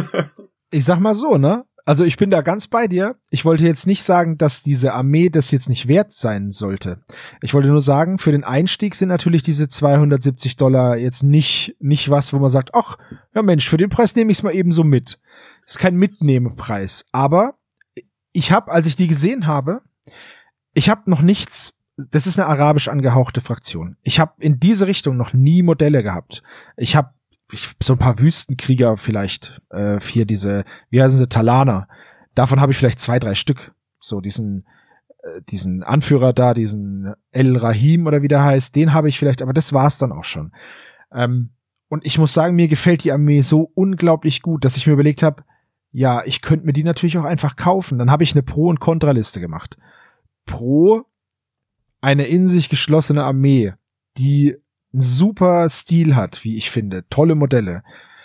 Ich sag mal so, ne? Also ich bin da ganz bei dir. Ich wollte jetzt nicht sagen, dass diese Armee das jetzt nicht wert sein sollte. Ich wollte nur sagen, für den Einstieg sind natürlich diese zweihundertsiebzig Dollar jetzt nicht nicht was, wo man sagt, ach, ja Mensch, für den Preis nehme ich es mal eben so mit. Das ist kein Mitnehmepreis. Aber ich habe, als ich die gesehen habe, ich habe noch nichts, das ist eine arabisch angehauchte Fraktion. Ich habe in diese Richtung noch nie Modelle gehabt. Ich habe Ich, so ein paar Wüstenkrieger vielleicht, äh, hier diese, wie heißen sie, Talaner. Davon habe ich vielleicht zwei, drei Stück. So diesen, äh, diesen Anführer da, diesen El Rahim oder wie der heißt, den habe ich vielleicht, aber das war's dann auch schon. Ähm, und ich muss sagen, mir gefällt die Armee so unglaublich gut, dass ich mir überlegt habe, ja, ich könnte mir die natürlich auch einfach kaufen. Dann habe ich eine Pro- und Kontraliste gemacht. Pro, eine in sich geschlossene Armee, die einen super Stil hat, wie ich finde. Tolle Modelle.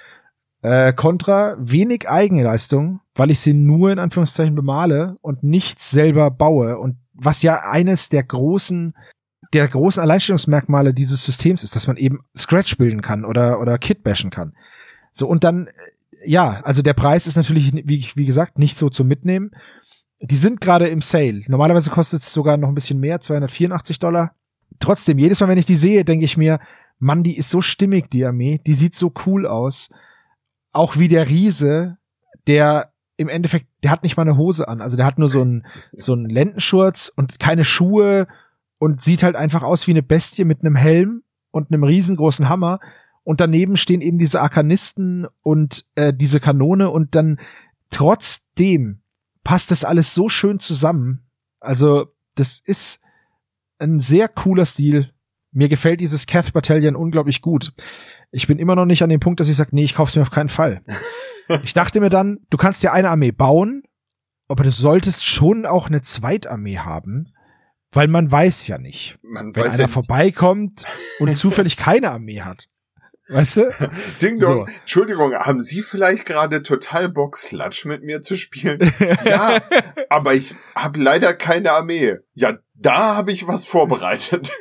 Äh, Contra, wenig Eigenleistung, weil ich sie nur in Anführungszeichen bemale und nichts selber baue. Und was ja eines der großen, der großen Alleinstellungsmerkmale dieses Systems ist, dass man eben Scratch bilden kann oder, oder Kit bashen kann. So, und dann, ja, also der Preis ist natürlich, wie, wie gesagt, nicht so zum Mitnehmen. Die sind gerade im Sale. Normalerweise kostet es sogar noch ein bisschen mehr, zweihundertvierundachtzig Dollar. Trotzdem, jedes Mal, wenn ich die sehe, denke ich mir, Mann, die ist so stimmig, die Armee, die sieht so cool aus. Auch wie der Riese, der im Endeffekt, der hat nicht mal eine Hose an, also der hat nur so einen so einen Lendenschurz und keine Schuhe und sieht halt einfach aus wie eine Bestie mit einem Helm und einem riesengroßen Hammer und daneben stehen eben diese Arkanisten und äh, diese Kanone und dann trotzdem passt das alles so schön zusammen. Also das ist ein sehr cooler Stil. Mir gefällt dieses Cath Battalion unglaublich gut. Ich bin immer noch nicht an dem Punkt, dass ich sage, nee, ich kauf's mir auf keinen Fall. Ich dachte mir dann, du kannst ja eine Armee bauen, aber du solltest schon auch eine Zweitarmee haben, weil man weiß ja nicht, man wenn weiß einer ja vorbeikommt und zufällig keine Armee hat. Weißt du? Ding So. Dong, Entschuldigung, haben Sie vielleicht gerade total Bock, Sludge mit mir zu spielen? Ja, aber ich habe leider keine Armee. Ja, da habe ich was vorbereitet.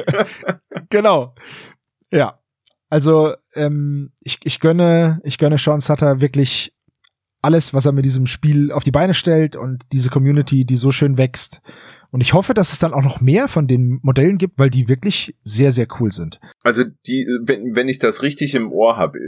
Genau. Ja. Also ähm, ich, ich gönne, ich gönne Sean Sutter wirklich alles, was er mit diesem Spiel auf die Beine stellt und diese Community, die so schön wächst. Und ich hoffe, dass es dann auch noch mehr von den Modellen gibt, weil die wirklich sehr, sehr cool sind. Also die, wenn, wenn ich das richtig im Ohr habe,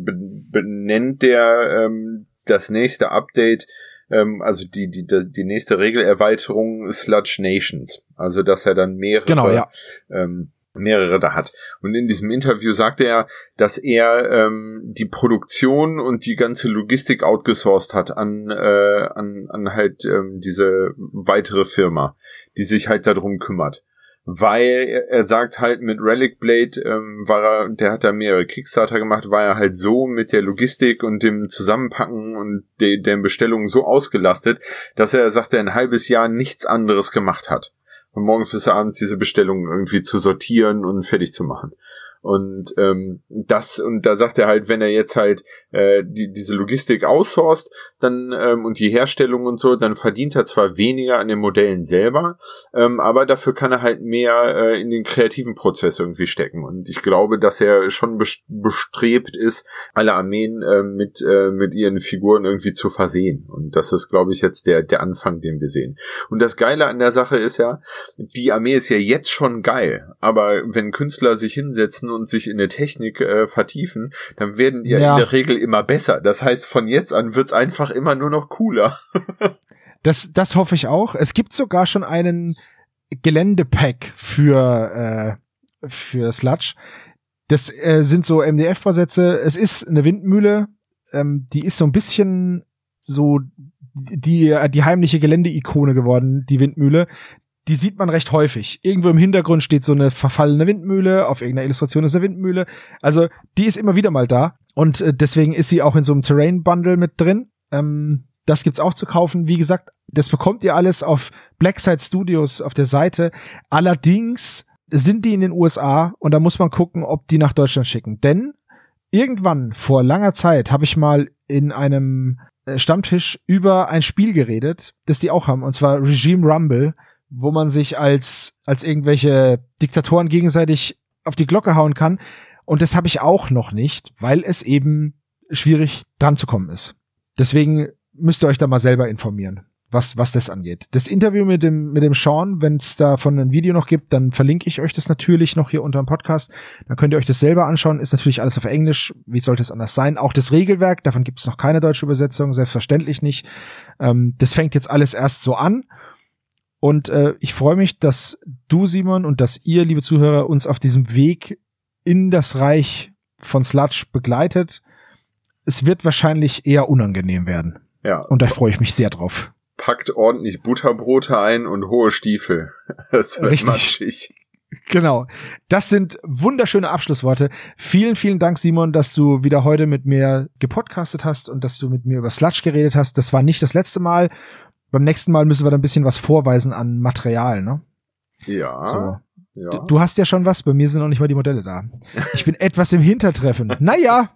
benennt der ähm, das nächste Update, ähm, also die, die, die nächste Regelerweiterung Sludge Nations. Also dass er dann mehrere Genau, ja. ähm, mehrere da hat. Und in diesem Interview sagte er, dass er ähm, die Produktion und die ganze Logistik outgesourced hat an äh, an, an halt ähm, diese weitere Firma, die sich halt darum kümmert. Weil er, er sagt halt, mit Relic Blade ähm, war er, der hat da mehrere Kickstarter gemacht, war er halt so mit der Logistik und dem Zusammenpacken und de, den Bestellungen so ausgelastet, dass er sagte, ein halbes Jahr nichts anderes gemacht hat. Von morgens bis abends diese Bestellungen irgendwie zu sortieren und fertig zu machen. Und ähm, das, und da sagt er halt, wenn er jetzt halt äh, die, diese Logistik outsourced, dann ähm, und die Herstellung und so, dann verdient er zwar weniger an den Modellen selber, ähm, aber dafür kann er halt mehr äh, in den kreativen Prozess irgendwie stecken. Und ich glaube, dass er schon bestrebt ist, alle Armeen äh, mit äh, mit ihren Figuren irgendwie zu versehen. Und das ist, glaube ich, jetzt der der Anfang, den wir sehen. Und das Geile an der Sache ist ja, die Armee ist ja jetzt schon geil, aber wenn Künstler sich hinsetzen und sich in der Technik äh, vertiefen, dann werden die ja in der Regel immer besser. Das heißt, von jetzt an wird's einfach immer nur noch cooler. Das, das hoffe ich auch. Es gibt sogar schon einen Geländepack für äh, für Sludge. Das äh, sind so M D F-Vorsätze. Es ist eine Windmühle. Ähm, die ist so ein bisschen so die die heimliche Gelände-Ikone geworden, die Windmühle. Die sieht man recht häufig. Irgendwo im Hintergrund steht so eine verfallene Windmühle, auf irgendeiner Illustration ist eine Windmühle. Also die ist immer wieder mal da und äh, deswegen ist sie auch in so einem Terrain-Bundle mit drin. Ähm, das gibt's auch zu kaufen. Wie gesagt, das bekommt ihr alles auf Blackside Studios auf der Seite. Allerdings sind die in den U S A und da muss man gucken, ob die nach Deutschland schicken. Denn irgendwann vor langer Zeit habe ich mal in einem äh, Stammtisch über ein Spiel geredet, das die auch haben, und zwar Regime Rumble, wo man sich als als irgendwelche Diktatoren gegenseitig auf die Glocke hauen kann. Und das habe ich auch noch nicht, weil es eben schwierig dran zu kommen ist. Deswegen müsst ihr euch da mal selber informieren, was was das angeht. Das Interview mit dem mit dem Sean, wenn es davon ein Video noch gibt, dann verlinke ich euch das natürlich noch hier unter dem Podcast. Dann könnt ihr euch das selber anschauen. Ist natürlich alles auf Englisch. Wie sollte es anders sein? Auch das Regelwerk, davon gibt es noch keine deutsche Übersetzung, selbstverständlich nicht. Ähm, das fängt jetzt alles erst so an. Und äh, ich freue mich, dass du, Simon, und dass ihr, liebe Zuhörer, uns auf diesem Weg in das Reich von Sludge begleitet. Es wird wahrscheinlich eher unangenehm werden. Ja. Und da freue ich mich sehr drauf. Packt ordentlich Butterbrote ein und hohe Stiefel. Das wird Richtig. matschig. Genau. Das sind wunderschöne Abschlussworte. Vielen, vielen Dank, Simon, dass du wieder heute mit mir gepodcastet hast und dass du mit mir über Sludge geredet hast. Das war nicht das letzte Mal. Beim nächsten Mal müssen wir da ein bisschen was vorweisen an Material, ne? Ja. So. Ja. Du, du hast ja schon was, bei mir sind noch nicht mal die Modelle da. Ich bin etwas im Hintertreffen. Naja.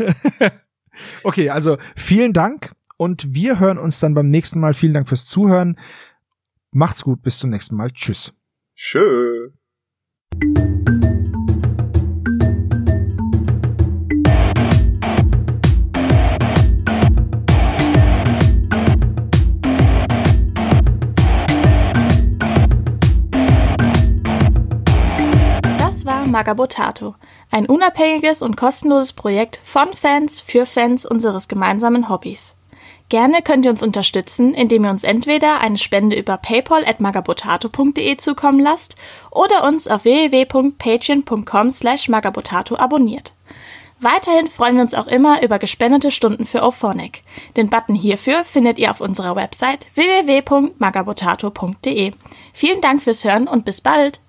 Okay, also vielen Dank und wir hören uns dann beim nächsten Mal. Vielen Dank fürs Zuhören. Macht's gut, bis zum nächsten Mal. Tschüss. Tschö. Magabotato, ein unabhängiges und kostenloses Projekt von Fans für Fans unseres gemeinsamen Hobbys. Gerne könnt ihr uns unterstützen, indem ihr uns entweder eine Spende über paypal at magabotato punkt de zukommen lasst oder uns auf w w w punkt patreon punkt com slash magabotato abonniert. Weiterhin freuen wir uns auch immer über gespendete Stunden für Auphonic. Den Button hierfür findet ihr auf unserer Website w w w punkt magabotato punkt d e. Vielen Dank fürs Hören und bis bald!